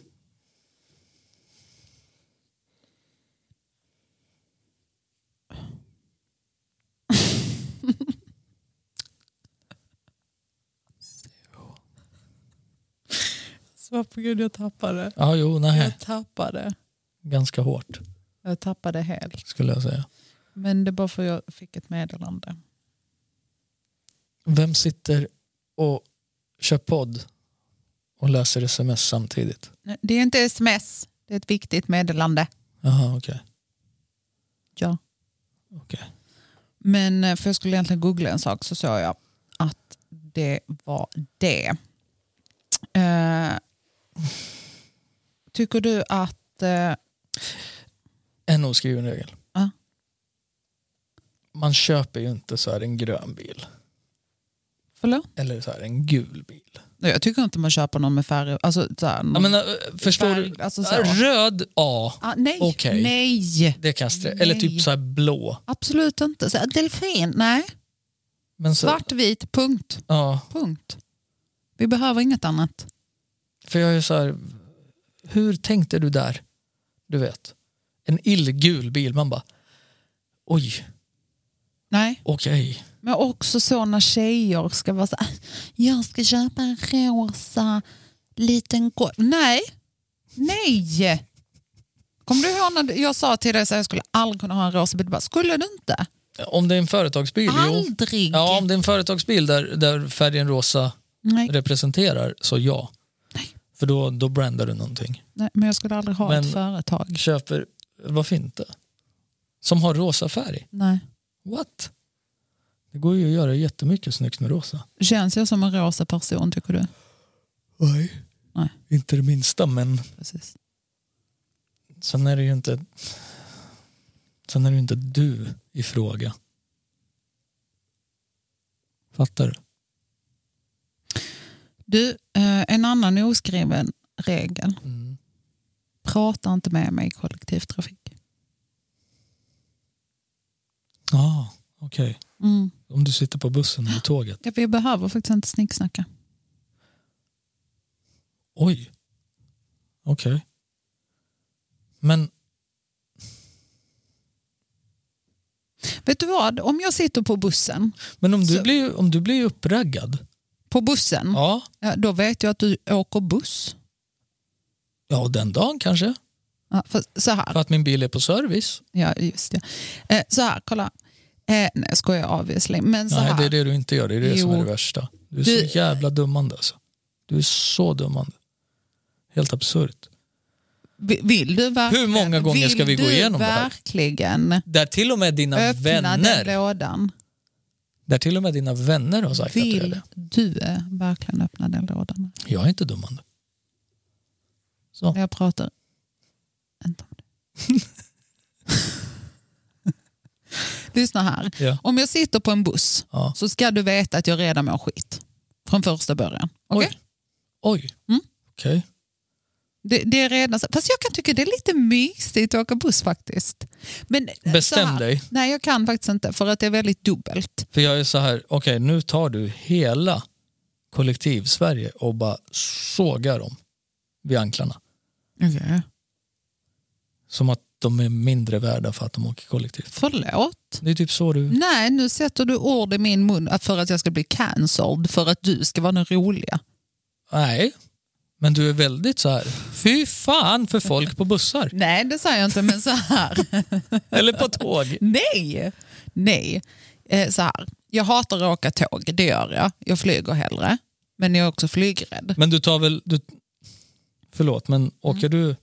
Så på gud, jag tappade. Ja, jo, nej. Jag tappade. Ganska hårt. Jag tappade helt. Skulle jag säga. Men det var för jag fick ett meddelande. Vem sitter och kör podd och läser sms samtidigt? Det är inte sms. Det är ett viktigt meddelande. Jaha, okej. Ja. Okej. Men för jag skulle egentligen googla en sak så såg jag att det var det. Tycker du att... En oskriven regel. Man köper ju inte så här en grön bil. Förlåt? Eller så här, en gul bil. Jag tycker inte man köper någon med färg. Alltså, så här, jag menar, förstår du? Alltså, röd, nej, okej. Nej. Det kastar. Eller typ så här blå. Absolut inte. Så här, delfin, nej. Men så, svartvit, punkt. Ja. Punkt. Vi behöver inget annat. För jag är så här, hur tänkte du där? Du vet. En illgul bil, man bara, oj. Nej. Okej. Men också så när tjejer ska vara så här, jag ska köpa en rosa liten Nej. Kommer du ihåg när jag sa till dig att jag skulle aldrig kunna ha en rosa bil? Skulle du inte? Om det är en företagsbil, aldrig. Jo. Ja, om det är en företagsbil där färgen rosa representerar, så ja. Nej. För då brandar du någonting. Nej, men jag skulle aldrig ha ett företag. Köper, varför inte? Som har rosa färg? Nej. What? Det går ju att göra jättemycket snyggt med rosa. Känns jag som en rosa person, tycker du? Nej. Inte det minsta, men precis. Sen är det ju inte du i fråga. Fattar du? Du, en annan oskriven regel. Prata inte med mig i kollektivtrafik. Okej. Om du sitter på bussen eller tåget. Ja, vi behöver faktiskt inte snicksnacka. Oj. Okej. Men vet du vad? Om jag sitter på bussen. Men om du blir uppraggad på bussen. Ja, då vet jag att du åker buss. Ja, den dagen kanske. Ja, så här. För att min bil är på service. Ja, just det. Så här, kolla. Nej, ska jag obviously. Men så här. Det är det du inte gör. Det är det som är det värsta. Du är så jävla dummande alltså. Du är så dummande. Helt absurt. Vill du verkligen? Hur många gånger ska vi gå igenom det här? Verkligen? Där till och med dina vänner. Lådan. Där till och med dina vänner har sagt att det är det. Vill du verkligen öppna den lådan? Jag är inte dummande. Så. Jag pratar inte om det. Lyssna här. Ja. Om jag sitter på en buss så ska du veta att jag redan mår skit. Från första början. Okay? Oj. Okej. Det är redan så. Fast jag kan tycka det är lite mysigt att åka buss faktiskt. Men bestäm dig. Nej, jag kan faktiskt inte för att det är väldigt dubbelt. För jag är så här, okej, nu tar du hela kollektiv Sverige och bara sågar dem vid anklarna. Okay. Som att de är mindre värda för att de åker kollektivt. Förlåt? Det är typ så du... Nej, nu sätter du ord i min mun för att jag ska bli cancelled för att du ska vara den roliga. Nej. Men du är väldigt så här, fy fan för folk på bussar. Nej, det säger jag inte, men så här. Eller på tåg. Nej. Så här. Jag hatar att åka tåg, det gör jag. Jag flyger hellre, men jag är också flygrädd. Men du tar väl... Förlåt, men åker du...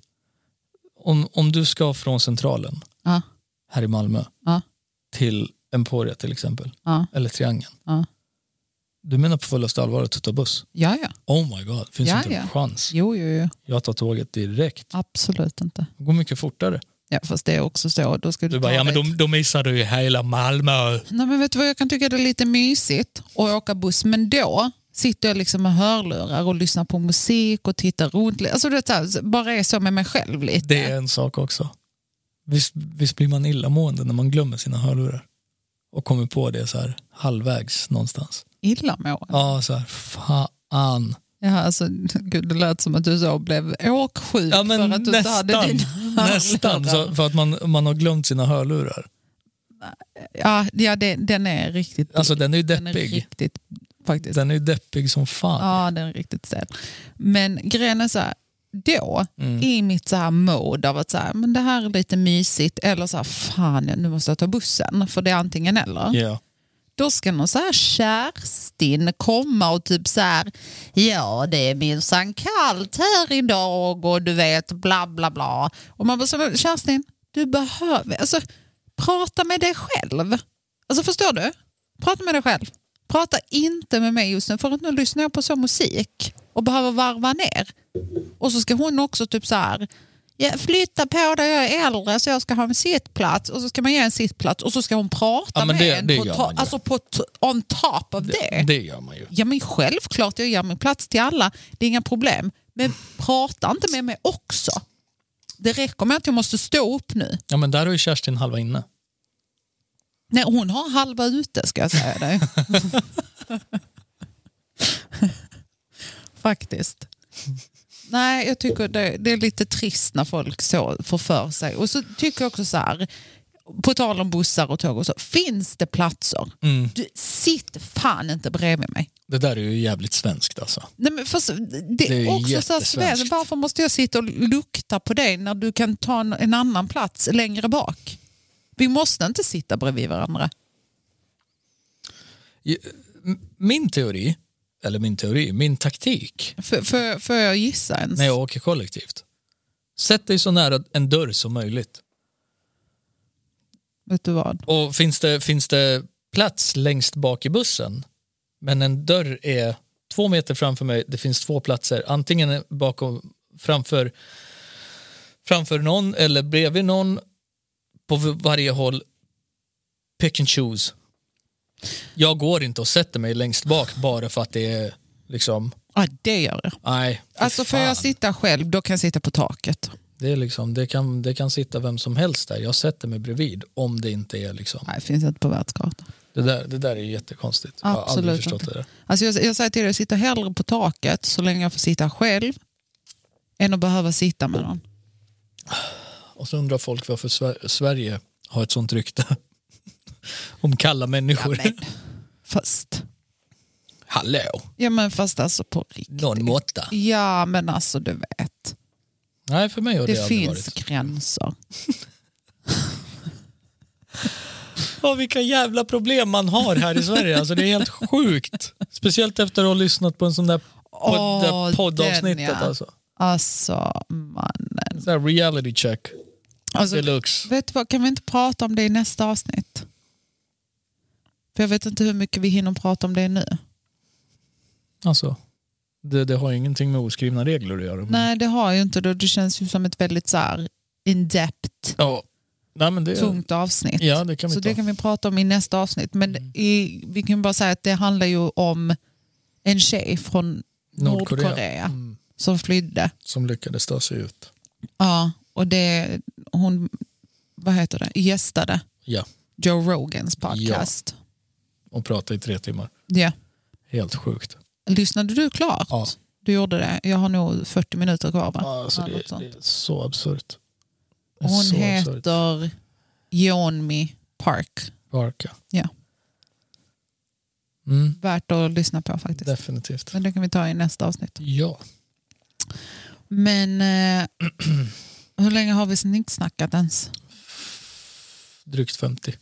Om du ska från Centralen här i Malmö till Emporia till exempel, eller Triangeln. Du menar på fullaste allvar att ta buss? Ja. Oh my god, finns inte en chans. Jo. Jag tar tåget direkt. Absolut inte. Det går mycket fortare. Ja, fast det är också så. Då ska du bara, men då missar du ju hela Malmö. Nej, men vet du vad, jag kan tycka det är lite mysigt att åka buss, men då sitter jag liksom med hörlurar och lyssnar på musik och tittar runt. Alltså det bara är så med mig själv lite. Det är en sak också. Visst blir man illamående när man glömmer sina hörlurar och kommer på det så här halvvägs någonstans. Illamående? Ja, så här, fan. Ja, alltså, gud, det lät som att du så blev åksjuk för att du inte hade dina hörlurar. Nästan, så för att man har glömt sina hörlurar. Ja, den är riktigt... Alltså den är ju deppig. Den är riktigt, faktiskt. Den är ju deppig som fan. Ja, den är riktigt stel. Men grejen är så här, då i mitt så här mode av att så här, men det här är lite mysigt, eller så här, fan, nu måste jag ta bussen, för det är antingen eller. Yeah. Då ska någon så här Kerstin komma och typ så här, ja, det är minsann kallt här idag och du vet bla bla bla. Och man bara så, Kerstin, du behöver, alltså prata med dig själv. Alltså förstår du? Prata med dig själv. Prata inte med mig just nu, för att nu lyssnar jag på så musik och behöver varva ner. Och så ska hon också typ så här, flytta på dig, jag är äldre så jag ska ha en sittplats. Och så ska man ge en sittplats och så ska hon prata med en on top of det. Det gör man ju. Ja, men självklart, jag ger min plats till alla. Det är inga problem. Men prata inte med mig också. Det räcker med att jag måste stå upp nu. Ja, men där har ju Kerstin halva inne. Nej, hon har halva ute, ska jag säga dig. Faktiskt. Nej, jag tycker det är lite trist när folk så får för sig. Och så tycker jag också så här, på tal om bussar och tåg och så, finns det platser? Du, sitt fan inte bredvid mig. Det där är ju jävligt svenskt alltså. Nej, men det är också så svenskt. Varför måste jag sitta och lukta på dig när du kan ta en annan plats längre bak? Vi måste inte sitta bredvid varandra. Min taktik. Får jag gissa ens? När jag åker kollektivt. Sätt dig så nära en dörr som möjligt. Vet du vad? Och finns det plats längst bak i bussen, men en dörr är 2 meter framför mig, det finns 2 platser. Antingen bakom, framför någon eller bredvid någon, på varje håll. Pick and choose. Jag går inte och sätter mig längst bak bara för att det är liksom... Ja, det gör jag. Nej, alltså får jag sitta själv, då kan jag sitta på taket. Det är liksom, det kan sitta vem som helst där. Jag sätter mig bredvid om det inte är liksom... Nej, det finns inte på världskartan. Det där är jättekonstigt. Absolut. Jag har aldrig förstått det där. Alltså jag säger till dig, jag sitter hellre på taket så länge jag får sitta själv än att behöva sitta med någon. Och så undrar folk varför Sverige har ett sånt rykte om kalla människor. Ja, men, fast... Hallå? Ja, men fast alltså på riktigt. Någon måtta. Ja, men alltså du vet. Nej, för mig har det aldrig varit. Det finns gränser. Vilka jävla problem man har här i Sverige. Alltså det är helt sjukt. Speciellt efter att ha lyssnat på en sån där poddavsnittet. Alltså, mannen. Så här reality check. Alltså, deluxe. Vet du vad, kan vi inte prata om det i nästa avsnitt? För jag vet inte hur mycket vi hinner prata om det nu. Alltså, det har ingenting med oskrivna regler att göra. Nej, det har ju inte det. Det känns ju som ett väldigt så här in-depth, tungt avsnitt. Ja, det kan vi så det kan vi prata om i nästa avsnitt. Men vi kan bara säga att det handlar ju om en tjej från Nordkorea som flydde. Som lyckades ta sig ut. Ja, och hon, vad heter det, gästade Joe Rogans podcast. Ja. Och pratade i 3 timmar. Ja. Helt sjukt. Lyssnade du klart? Ja. Du gjorde det. Jag har nog 40 minuter kvar. Ja, alltså det är så absurt. Hon heter Yeonmi Park. Ja. Värt att lyssna på faktiskt. Definitivt. Men det kan vi ta i nästa avsnitt. Ja. Men hur länge har vi snicksnackat ens? Drygt 50.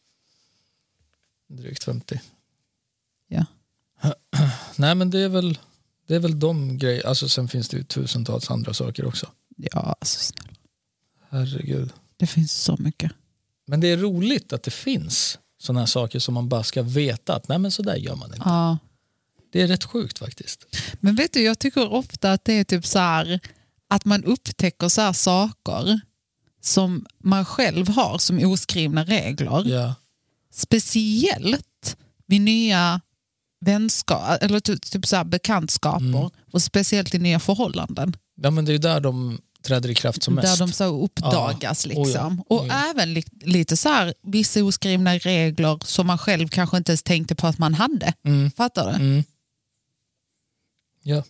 Ja. Nej, men det är väl de grejer. Alltså sen finns det ju tusentals andra saker också. Ja, alltså snälla. Herregud. Det finns så mycket. Men det är roligt att det finns sådana här saker som man bara ska veta att nej, men så där gör man inte. Ja. Det är rätt sjukt faktiskt. Men vet du, jag tycker ofta att det är typ så här att man upptäcker så här saker som man själv har som oskrivna regler. Ja. Speciellt vid nya vänskap eller typ så här bekantskaper och speciellt i nya förhållanden. Ja, men det är där de träder i kraft som mest. Där de så uppdagas liksom. Och även lite så här vissa oskrivna regler som man själv kanske inte ens tänkte på att man hade. Fattar du? Ja.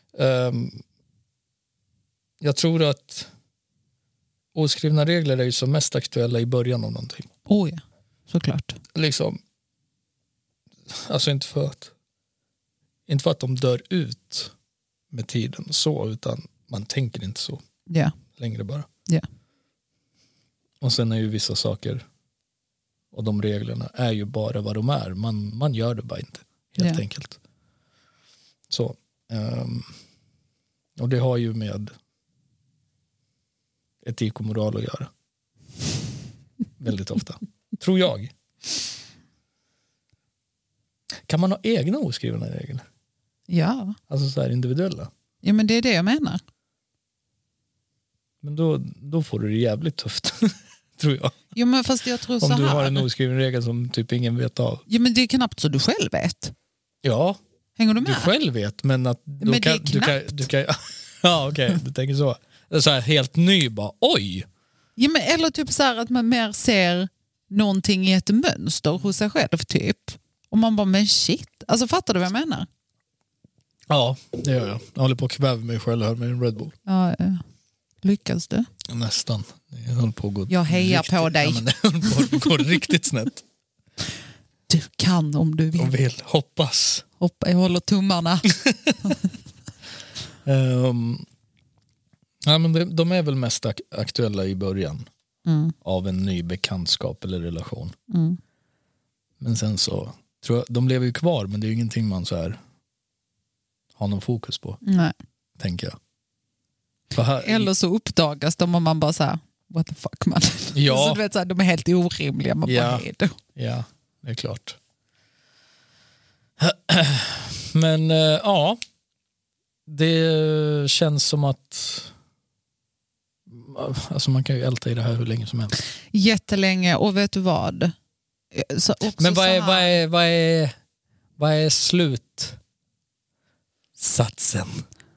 Jag tror att oskrivna regler är ju som mest aktuella i början av någonting. Ja, såklart. Liksom, alltså inte för att de dör ut med tiden så, utan man tänker inte så längre bara. Ja. Och sen är ju vissa saker och de reglerna är ju bara vad de är. Man gör det bara inte, helt enkelt. Så. Och det har ju med etik och moral att göra. Väldigt ofta. Tror jag. Kan man ha egna oskrivna regler? Ja. Alltså så här individuella? Ja, men det är det jag menar. Men då får du det jävligt tufft, tror jag. Jo, men fast jag tror om så du här. har en oskriven regel som typ ingen vet av. Ja, men det är knappt så du själv vet. Ja, hänger du med? Du själv vet, men att men det är du kan ja, okej, du tänker så. Så här, helt ny bara, oj! Ja, men, eller typ så här att man mer ser någonting i ett mönster hos sig själv typ. Och man bara, men shit. Alltså fattar du vad jag menar? Ja, det gör jag. Jag håller på att kväva mig själv här med en Red Bull. Ja, lyckas du? Nästan. Jag håller på att gå jag hejar riktigt, på dig. Ja, men det håller på att gå riktigt snett. Du kan om du vill. Och vill, hoppas. Jag håller tummarna. Ja, men de är väl mest aktuella i början av en ny bekantskap eller relation. Men sen så tror jag, de lever ju kvar, men det är ju ingenting man så här har någon fokus på. Nej. Tänker jag. Eller så uppdagas de och man bara så här, what the fuck man. Ja. Så du vet så här, de är helt orimliga. Man bara, ja, det är klart. Men ja, det känns som att alltså man kan ju älta i det här hur länge som helst. Jättelänge, och vet du vad? Så men vad är slutsatsen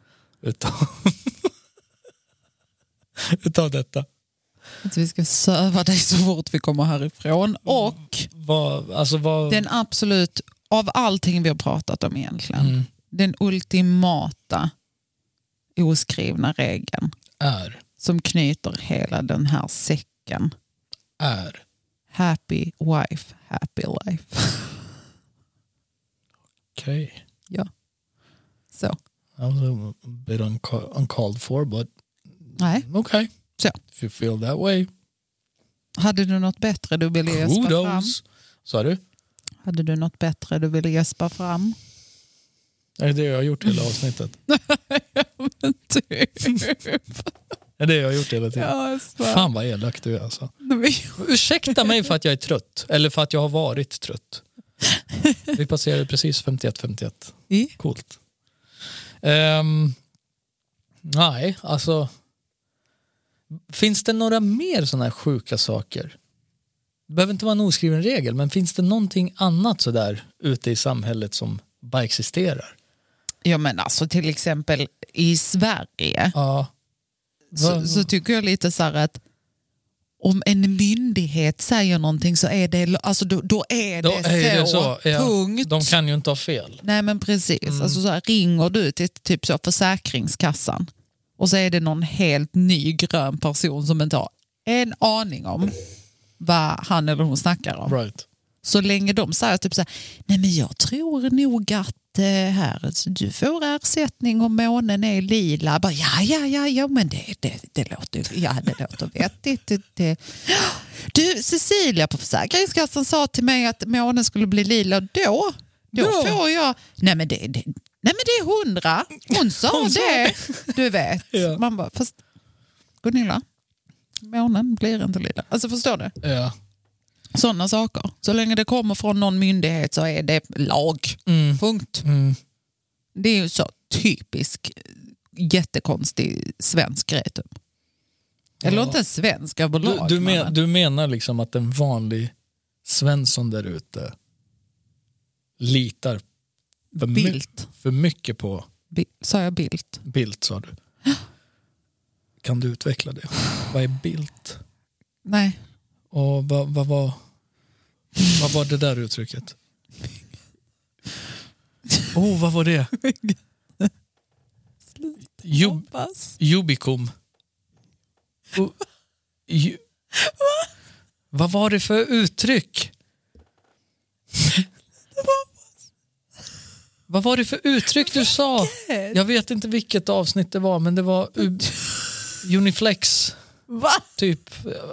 utav detta? Att vi ska söva dig så fort vi kommer härifrån. Och den absolut, av allting vi har pratat om egentligen, den ultimata oskrivna regeln är som knyter hela den här säcken är happy wife, happy life. Okej. Okay. Ja. Så. I was a bit uncalled for, but nej. Okay. Så. If you feel that way. Hade du något bättre du ville gäspa fram? Sa du? Hade du något bättre du ville gäspa fram? Det är det jag har gjort hela avsnittet. Men typ. Det är det jag har gjort hela tiden. Ja, fan vad elak du är alltså. Ursäkta mig för att jag är trött. Eller för att jag har varit trött. Vi passerade precis 51-51. Coolt. Nej, alltså. Finns det några mer sådana här sjuka saker? Det behöver inte vara en oskriven regel, men finns det någonting annat så där ute i samhället som bara existerar? Ja, men alltså till exempel i Sverige så tycker jag lite så här att om en myndighet säger någonting så är det, alltså då är det så. Ja, punkt. De kan ju inte ha fel. Nej, men precis. Alltså så här, ringer du till typ så Försäkringskassan och så är det någon helt ny grön person som inte har en aning om vad han eller hon snackar om. Right. Så länge de säger typ så här, nej men jag tror nog att här, du får ersättning om månen är lila. Bara, ja, men det låter vettigt. Du, Cecilia på Försäkringskassan sa till mig att månen skulle bli lila, då får jag, nej men det är 100. Hon sa det. Du vet. Ja. Man bara, fast Gunilla, månen blir inte lila. Alltså förstår du? Ja. Sådana saker. Så länge det kommer från någon myndighet så är det lag. Punkt. Det är ju så typisk jättekonstig svensk grej typ. Eller inte en svensk överlag. Du menar liksom att en vanlig Svensson där ute litar för mycket på... Sa jag Bildt? Bildt sa du. Kan du utveckla det? Vad är Bildt? Nej. Och vad var det där uttrycket? Vad var det? Jubikum. Vad var det för uttryck? Vad var det för uttryck du sa? Jag vet inte vilket avsnitt det var, men det var Uniflex. Va? Typ.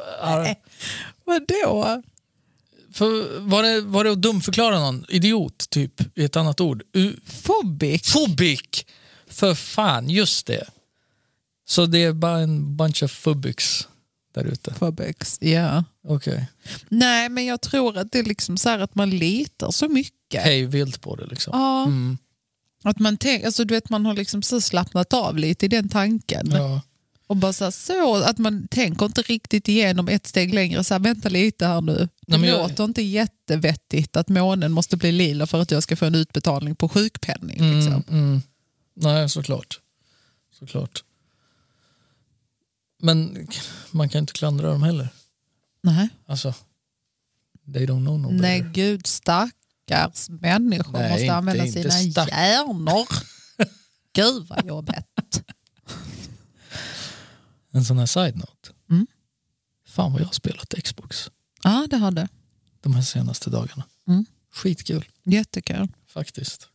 Vadå? För var det att dumförklara någon idiot typ i ett annat ord? Fobic. För fan, just det. Så det är bara en bunch of fubics där ute. Fobics, ja. Okej. Nej, men jag tror att det är liksom så här att man litar så mycket. Hej vilt på det liksom. Ja. Att man alltså du vet, man har liksom så slappnat av lite i den tanken. Ja. Och bara så att man tänker inte riktigt igenom ett steg längre. Så här, vänta lite här nu. Det låter inte jättevettigt att månen måste bli lila för att jag ska få en utbetalning på sjukpenning. Liksom. Nej, såklart. Men man kan inte klandra dem heller. Nej. Alltså, they don't know no better. Nej, gud, stackars människor måste använda sina hjärnor. Gud vad jobbigt. En sån här side-note. Fan vad jag har spelat Xbox. Ja, det har det. De här senaste dagarna. Skitkul. Jättekul. Faktiskt.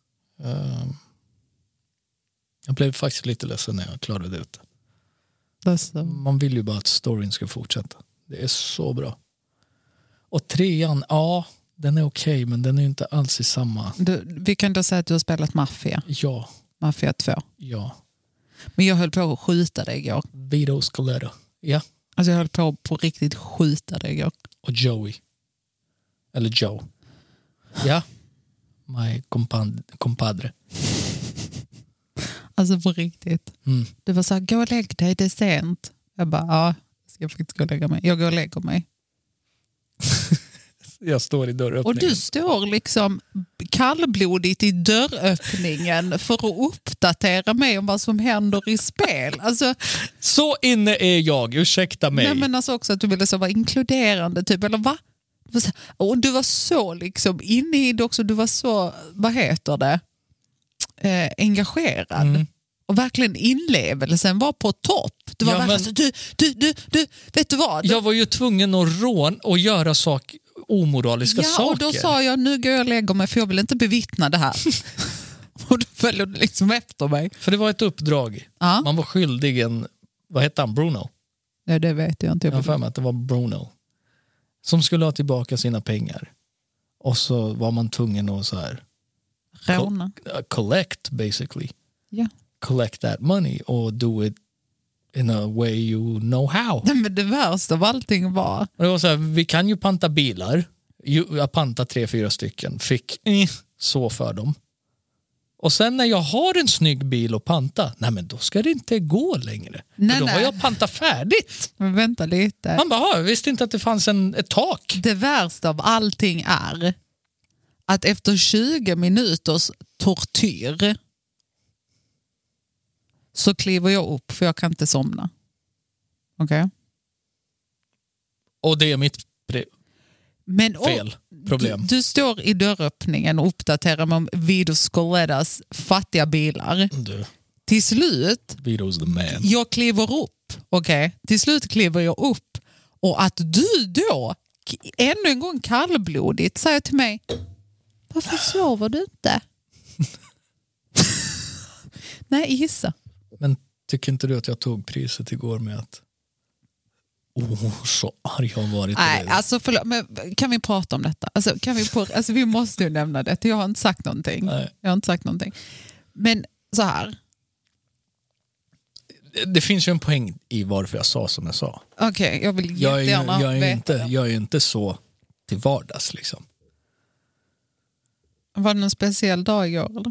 Jag blev faktiskt lite ledsen när jag klarade ut det. Man vill ju bara att storyn ska fortsätta. Det är så bra. Och 3:an, ja, den är okej, men den är ju inte alls i samma... Vi kan då säga att du har spelat Mafia. Ja. Mafia 2. Ja. Men jag höll på att skjuta dig igår. Vito Scalera. Ja. Alltså jag höll på riktigt skjuta dig igår. Och Joey. Eller Joe. Ja. My compadre. Alltså på riktigt. Det var så här, gå och lägg dig, det är sent. Jag bara, ja, jag ska faktiskt gå och lägga mig. Jag går och lägger mig. Jag står i dörröppningen. Och du står liksom kallblodigt i dörröppningen för att uppdatera mig om vad som händer i spel. Alltså, så inne är jag, ursäkta mig. Nej, men alltså också att du ville så vara inkluderande typ, eller va? Och du var så liksom inne i det också, du var så, vad heter det? Engagerad. Och verkligen inlevelsen var på topp. Det var verkligen så, du, vet du vad? Jag var ju tvungen att göra omoraliska saker. Ja, och då sa jag, nu går jag och lägger mig för jag vill inte bevittna det här. Och då följde du liksom efter mig. För det var ett uppdrag. Ja. Man var skyldig en, vad hette han, Bruno? Nej, det vet jag inte. Jag har för mig att det var Bruno. Som skulle ha tillbaka sina pengar. Och så var man tvungen att så här... Råna. Collect, basically. Ja. Collect that money och do it in a way you know how. Nej, men det värsta av allting var... Och det var så här, vi kan ju panta bilar. Jag pantade 3-4 stycken. Fick så för dem. Och sen när jag har en snygg bil att panta, nej men då ska det inte gå längre. Nej, för då har jag pantat färdigt. Men vänta lite. Man bara, jag visste inte att det fanns ett tak. Det värsta av allting är att efter 20 minuters tortyr så kliver jag upp för jag kan inte somna. Okej? Okay? Och det är mitt problem. Du står i dörröppningen och uppdaterar mig om Vito Scaleras fattiga bilar. Till slut, Vito's the man. Jag kliver upp. Okej? Till slut kliver jag upp. Och att du då ännu en gång kallblodigt säger till mig, varför sover du inte? Nej, gissa. Men tycker inte du att jag tog priset igår med att så arg jag har varit? Nej, alltså förlåt, men kan vi prata om detta? Alltså, vi måste ju nämna det. Jag har inte sagt någonting. Nej. Jag har inte sagt någonting. Men så här. Det finns ju en poäng i varför jag sa som jag sa. Okej, jag vill jättegärna veta. Jag är ju inte så till vardags liksom. Var det någon speciell dag igår eller?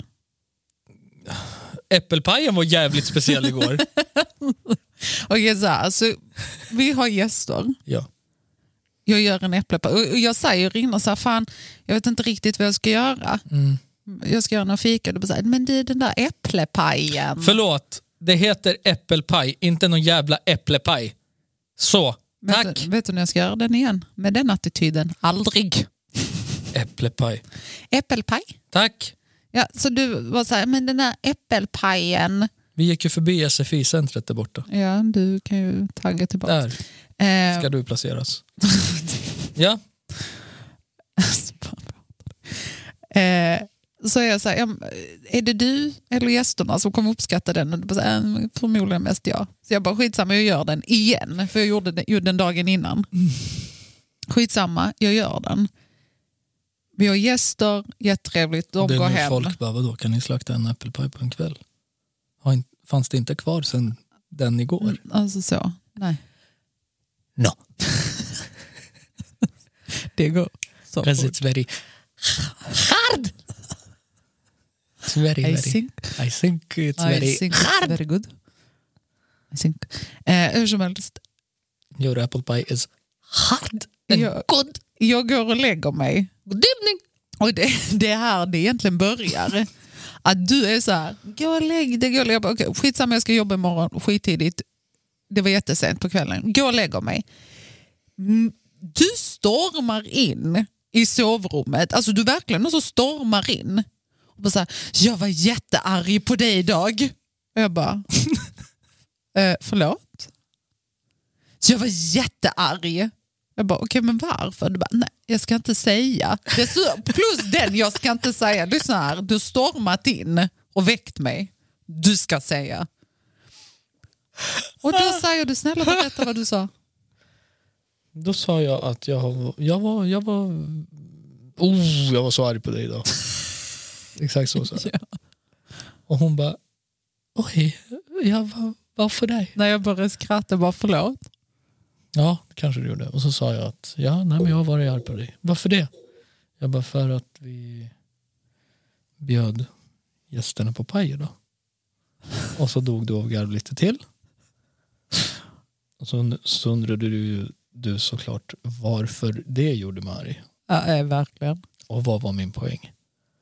Äppelpajen var jävligt speciell igår. Okej, så här, alltså, vi har gäster. Ja. Jag gör en äpplepaj. Och jag säger Rinna så här, fan, jag vet inte riktigt vad jag ska göra. Jag ska göra någon fika. Du säger, men det är den där äpplepajen. Förlåt, det heter äppelpaj, inte någon jävla äpplepaj. Så, tack. Vet du när jag ska göra den igen? Med den attityden, aldrig. Äpplepaj. Äppelpaj? Tack. Ja, så du var så här, men den där äppelpajen. Vi gick ju förbi SFI-centret där borta. Ja, du kan ju tagga tillbaka. Där ska du placeras. Ja. Så jag säger, är det du eller gästerna som kommer uppskatta den? Och du bara säger, förmodligen mest jag. Så jag bara, skitsamma, jag gör den igen. För jag gjorde den dagen innan. Skitsamma, jag gör den. Vi har gäster, jättetrevligt, de går hem. Folk bara, vadå, kan ni slakta en äppelpaj på en kväll? Fanns det inte kvar sen den igår? Alltså så, nej. No. Det går så because it's very hard. It's very, I think it's very hard. very good. Hur som helst. Your apple pie is hard and good. Jag går och lägger mig. God evening. Och det här det egentligen börjar. Att du är så här, gå och lägg dig. Okay, skitsamma, jag ska jobba imorgon skittidigt. Det var jättesent på kvällen. Gå och lägger mig. Du stormar in i sovrummet. Alltså du verkligen så stormar in. Och bara så här, jag var jättearg på dig idag. Och jag bara, förlåt? Jag var jättearg. Jag bara, okej, men varför? Du bara, nej, jag ska inte säga. Plus den, jag ska inte säga. Lyssna här, du stormat in och väckt mig. Du ska säga. Och då säger du, snälla berätta vad du sa. Då sa jag att jag var så arg på dig idag. Exakt så sa jag. Ja. Och hon bara, oj, varför dig? När jag började skratta, bara förlåt. Ja, kanske du gjorde. Och så sa jag att men jag har varit arg på dig. Varför det? Jag bara, för att vi bjöd gästerna på paj då. Och så dog du av garv lite till. Och så undrade du såklart varför det gjorde mig arg. Ja, verkligen. Och vad var min poäng?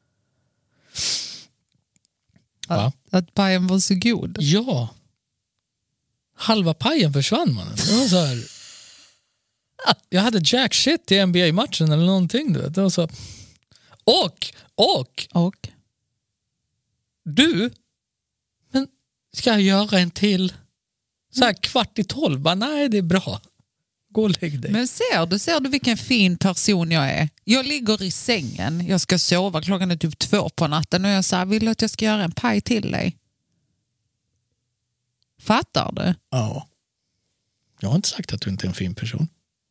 Att pajen var så god. Ja. Halva pajen försvann, mannen. Det var så här. Jag hade jack shit i NBA-matchen eller någonting. Du vet. Det var så. Och. Du. Men ska jag göra en till? Så här 11:15. Bara, nej, det är bra. Gå och lägg dig. Men ser du vilken fin person jag är? Jag ligger i sängen. Jag ska sova. Klockan är typ 2 på natten. Och jag säger, vill du att jag ska göra en paj till dig? Fattar du? Ja. Jag har inte sagt att du inte är en fin person.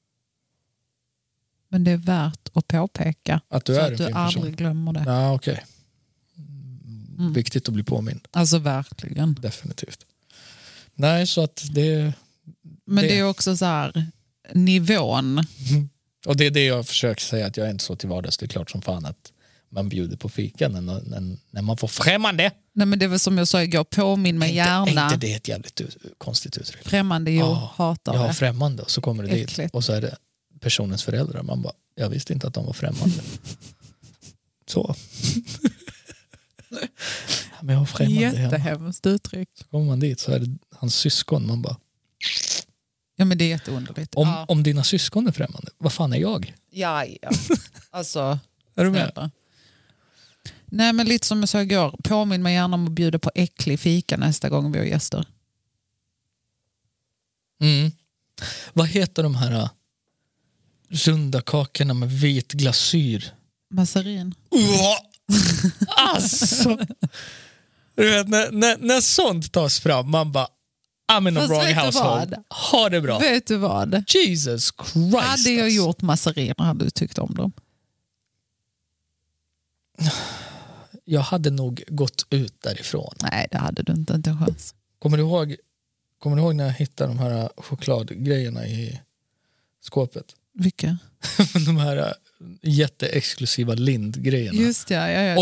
Men det är värt att påpeka. Att du så är att en du fin aldrig person. glömmer det. Ja, okej. Viktigt att bli påmind. Alltså verkligen. Definitivt. Nej, så att det... Men det är också så här, nivån. Och det är det jag försöker säga, att jag är inte så till vardags. Det är klart som fan att man bjuder på fika när man får främmande. Nej, men det var som jag sa igår, påminn mig gärna. Är inte det ett jävligt konstigt uttryck? Främmande, hatar det. Ja, främmande. Och så kommer det Äckligt. dit. Och så är det personens föräldrar. Man bara, jag visste inte att de var främmande. Så. Men jag var främmande. Jättehemskt uttryck. Så kommer man dit så är det hans syskon. Man bara... Ja, men det är jätteunderligt. Om dina syskon är främmande, vad fan är jag? Ja. Alltså, är du med? Nej, men lite som jag sa igår, påminn mig gärna om att bjuda på äcklig fika nästa gång vi har gäster. Vad heter de här runda kakorna med vit glasyr? Massarin. Alltså! Du vet, när sånt tas fram, man bara, I'm in a wrong household. Ha det bra. Vet du vad? Jesus Christ. Hade jag gjort massariner hade du tyckt om dem? Jag hade nog gått ut därifrån. Nej, det hade du inte en chans. Kommer du ihåg när jag hittade de här chokladgrejerna i skåpet? Vilka? De här jätteexklusiva Lind-grejerna. Just ja. Och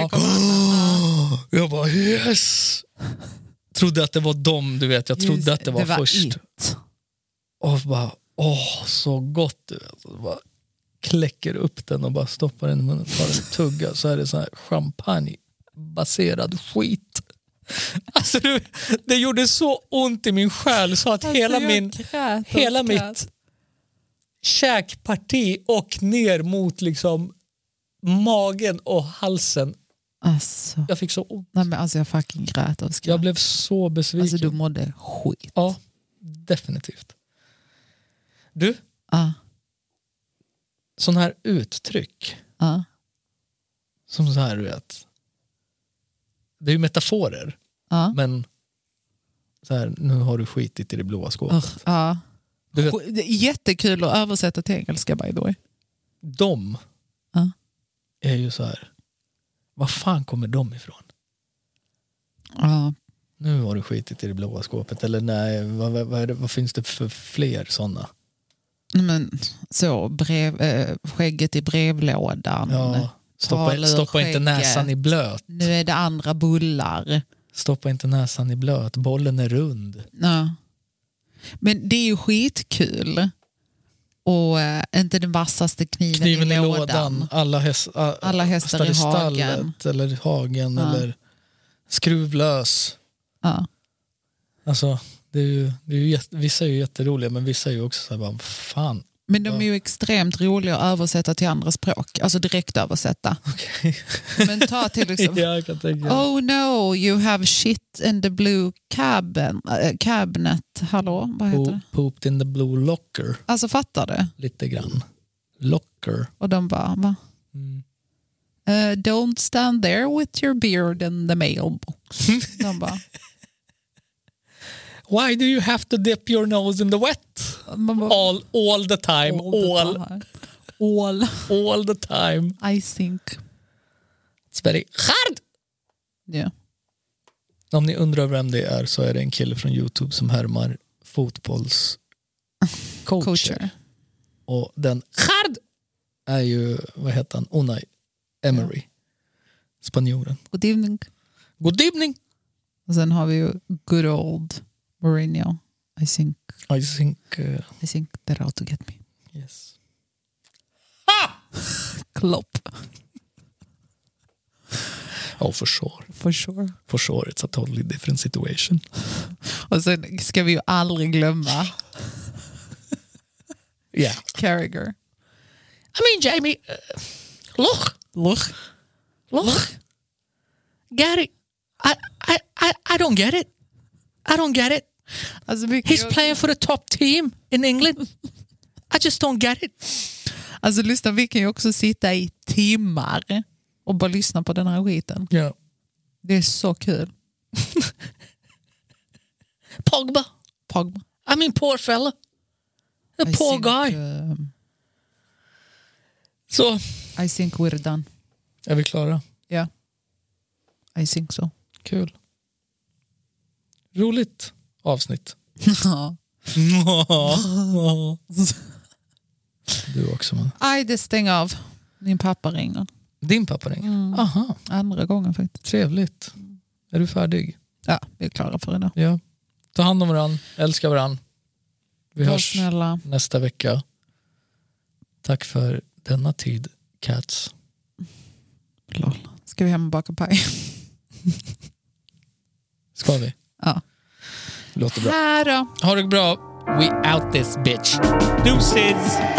jag bara yes! Trodde att det var dem, du vet. Jag trodde att det var först. It. Och bara, så gott, du vet. Och bara kläcker upp den och bara stoppar den i munnen och tar en tugga. Så är det så här champagnebaserad skit. Alltså det gjorde så ont i min själ så att hela mitt käkparti och ner mot liksom magen och halsen. Alltså. Jag fick så ont. Nej, men alltså jag fucking grät av skratt. Jag blev så besviken. Alltså du mådde skit. Ja, definitivt. Du? Sån här uttryck. Som så här, du vet. Det är ju metaforer. Men så här, nu har du skitit i det blåa skåpet. Du vet, jättekul att översätta till engelska, by the way. De är ju så här. Vad fan kommer de ifrån? Nu har du skitit i det blåa skåpet. Eller nej, vad finns det för fler sådana? Men så, skägget i brevlådan. Ja, stoppa inte näsan i blöt. Nu är det andra bullar. Stoppa inte näsan i blöt. Bollen är rund. Ja. Men det är ju skitkul. Och inte den vassaste kniven i lådan. Alla hästar i hagen. Eller hagen. Eller skruvlös. Ja. Alltså, det är ju vissa är ju jätteroliga, men vissa är ju också så här, bara, fan. Men de är ju extremt roliga att översätta till andra språk. Alltså direkt översätta. Okay. Men ta till exempel. Ja, jag kan tänka. Oh no, you have shit in the blue cabinet. Hallå, vad heter det? Pooped in the blue locker. Alltså fattar du? Lite grann. Locker. Och de bara, va? Don't stand there with your beard in the mailbox. De bara... Why do you have to dip your nose in the wet? All the time. All the time. I think. It's very hard. Yeah. Om ni undrar vem det är så är det en kille från YouTube som härmar fotbollscoacher. Och den hard är ju, vad heter han? Unai Emery. Spanjoren. Good evening. Good evening. Och sen har vi ju good old Mourinho. I think they're out to get me. Yes. Klopp. Oh, for sure. For sure. For sure, it's a totally different situation. Och sen ska vi ju aldrig glömma Carragher. I mean, Jamie, look. Gary, I don't get it. Alltså, he's playing for the top team in England. I just don't get it. Alltså lyssna, vi kan ju också sitta i timmar och bara lyssna på den här skiten. Ja. Det är så kul. Pogba. I mean, poor fella. The poor guy. Så. I think we're done. Är vi klara? Ja. I think so. Kul. Roligt avsnitt. Du också, man. Det stäng av. Min pappa ringer. Din pappa ringer? Aha. Andra gången faktiskt. Trevligt. Är du färdig? Ja, vi är klara för idag. Ja. Ta hand om varandra. Älska varandra. Vi hörs snälla nästa vecka. Tack för denna tid, Cats. Lol. Ska vi hem och baka paj? Ska vi? Ja. Låter bra. Här då. Ha det bra. We out this bitch. Deuces.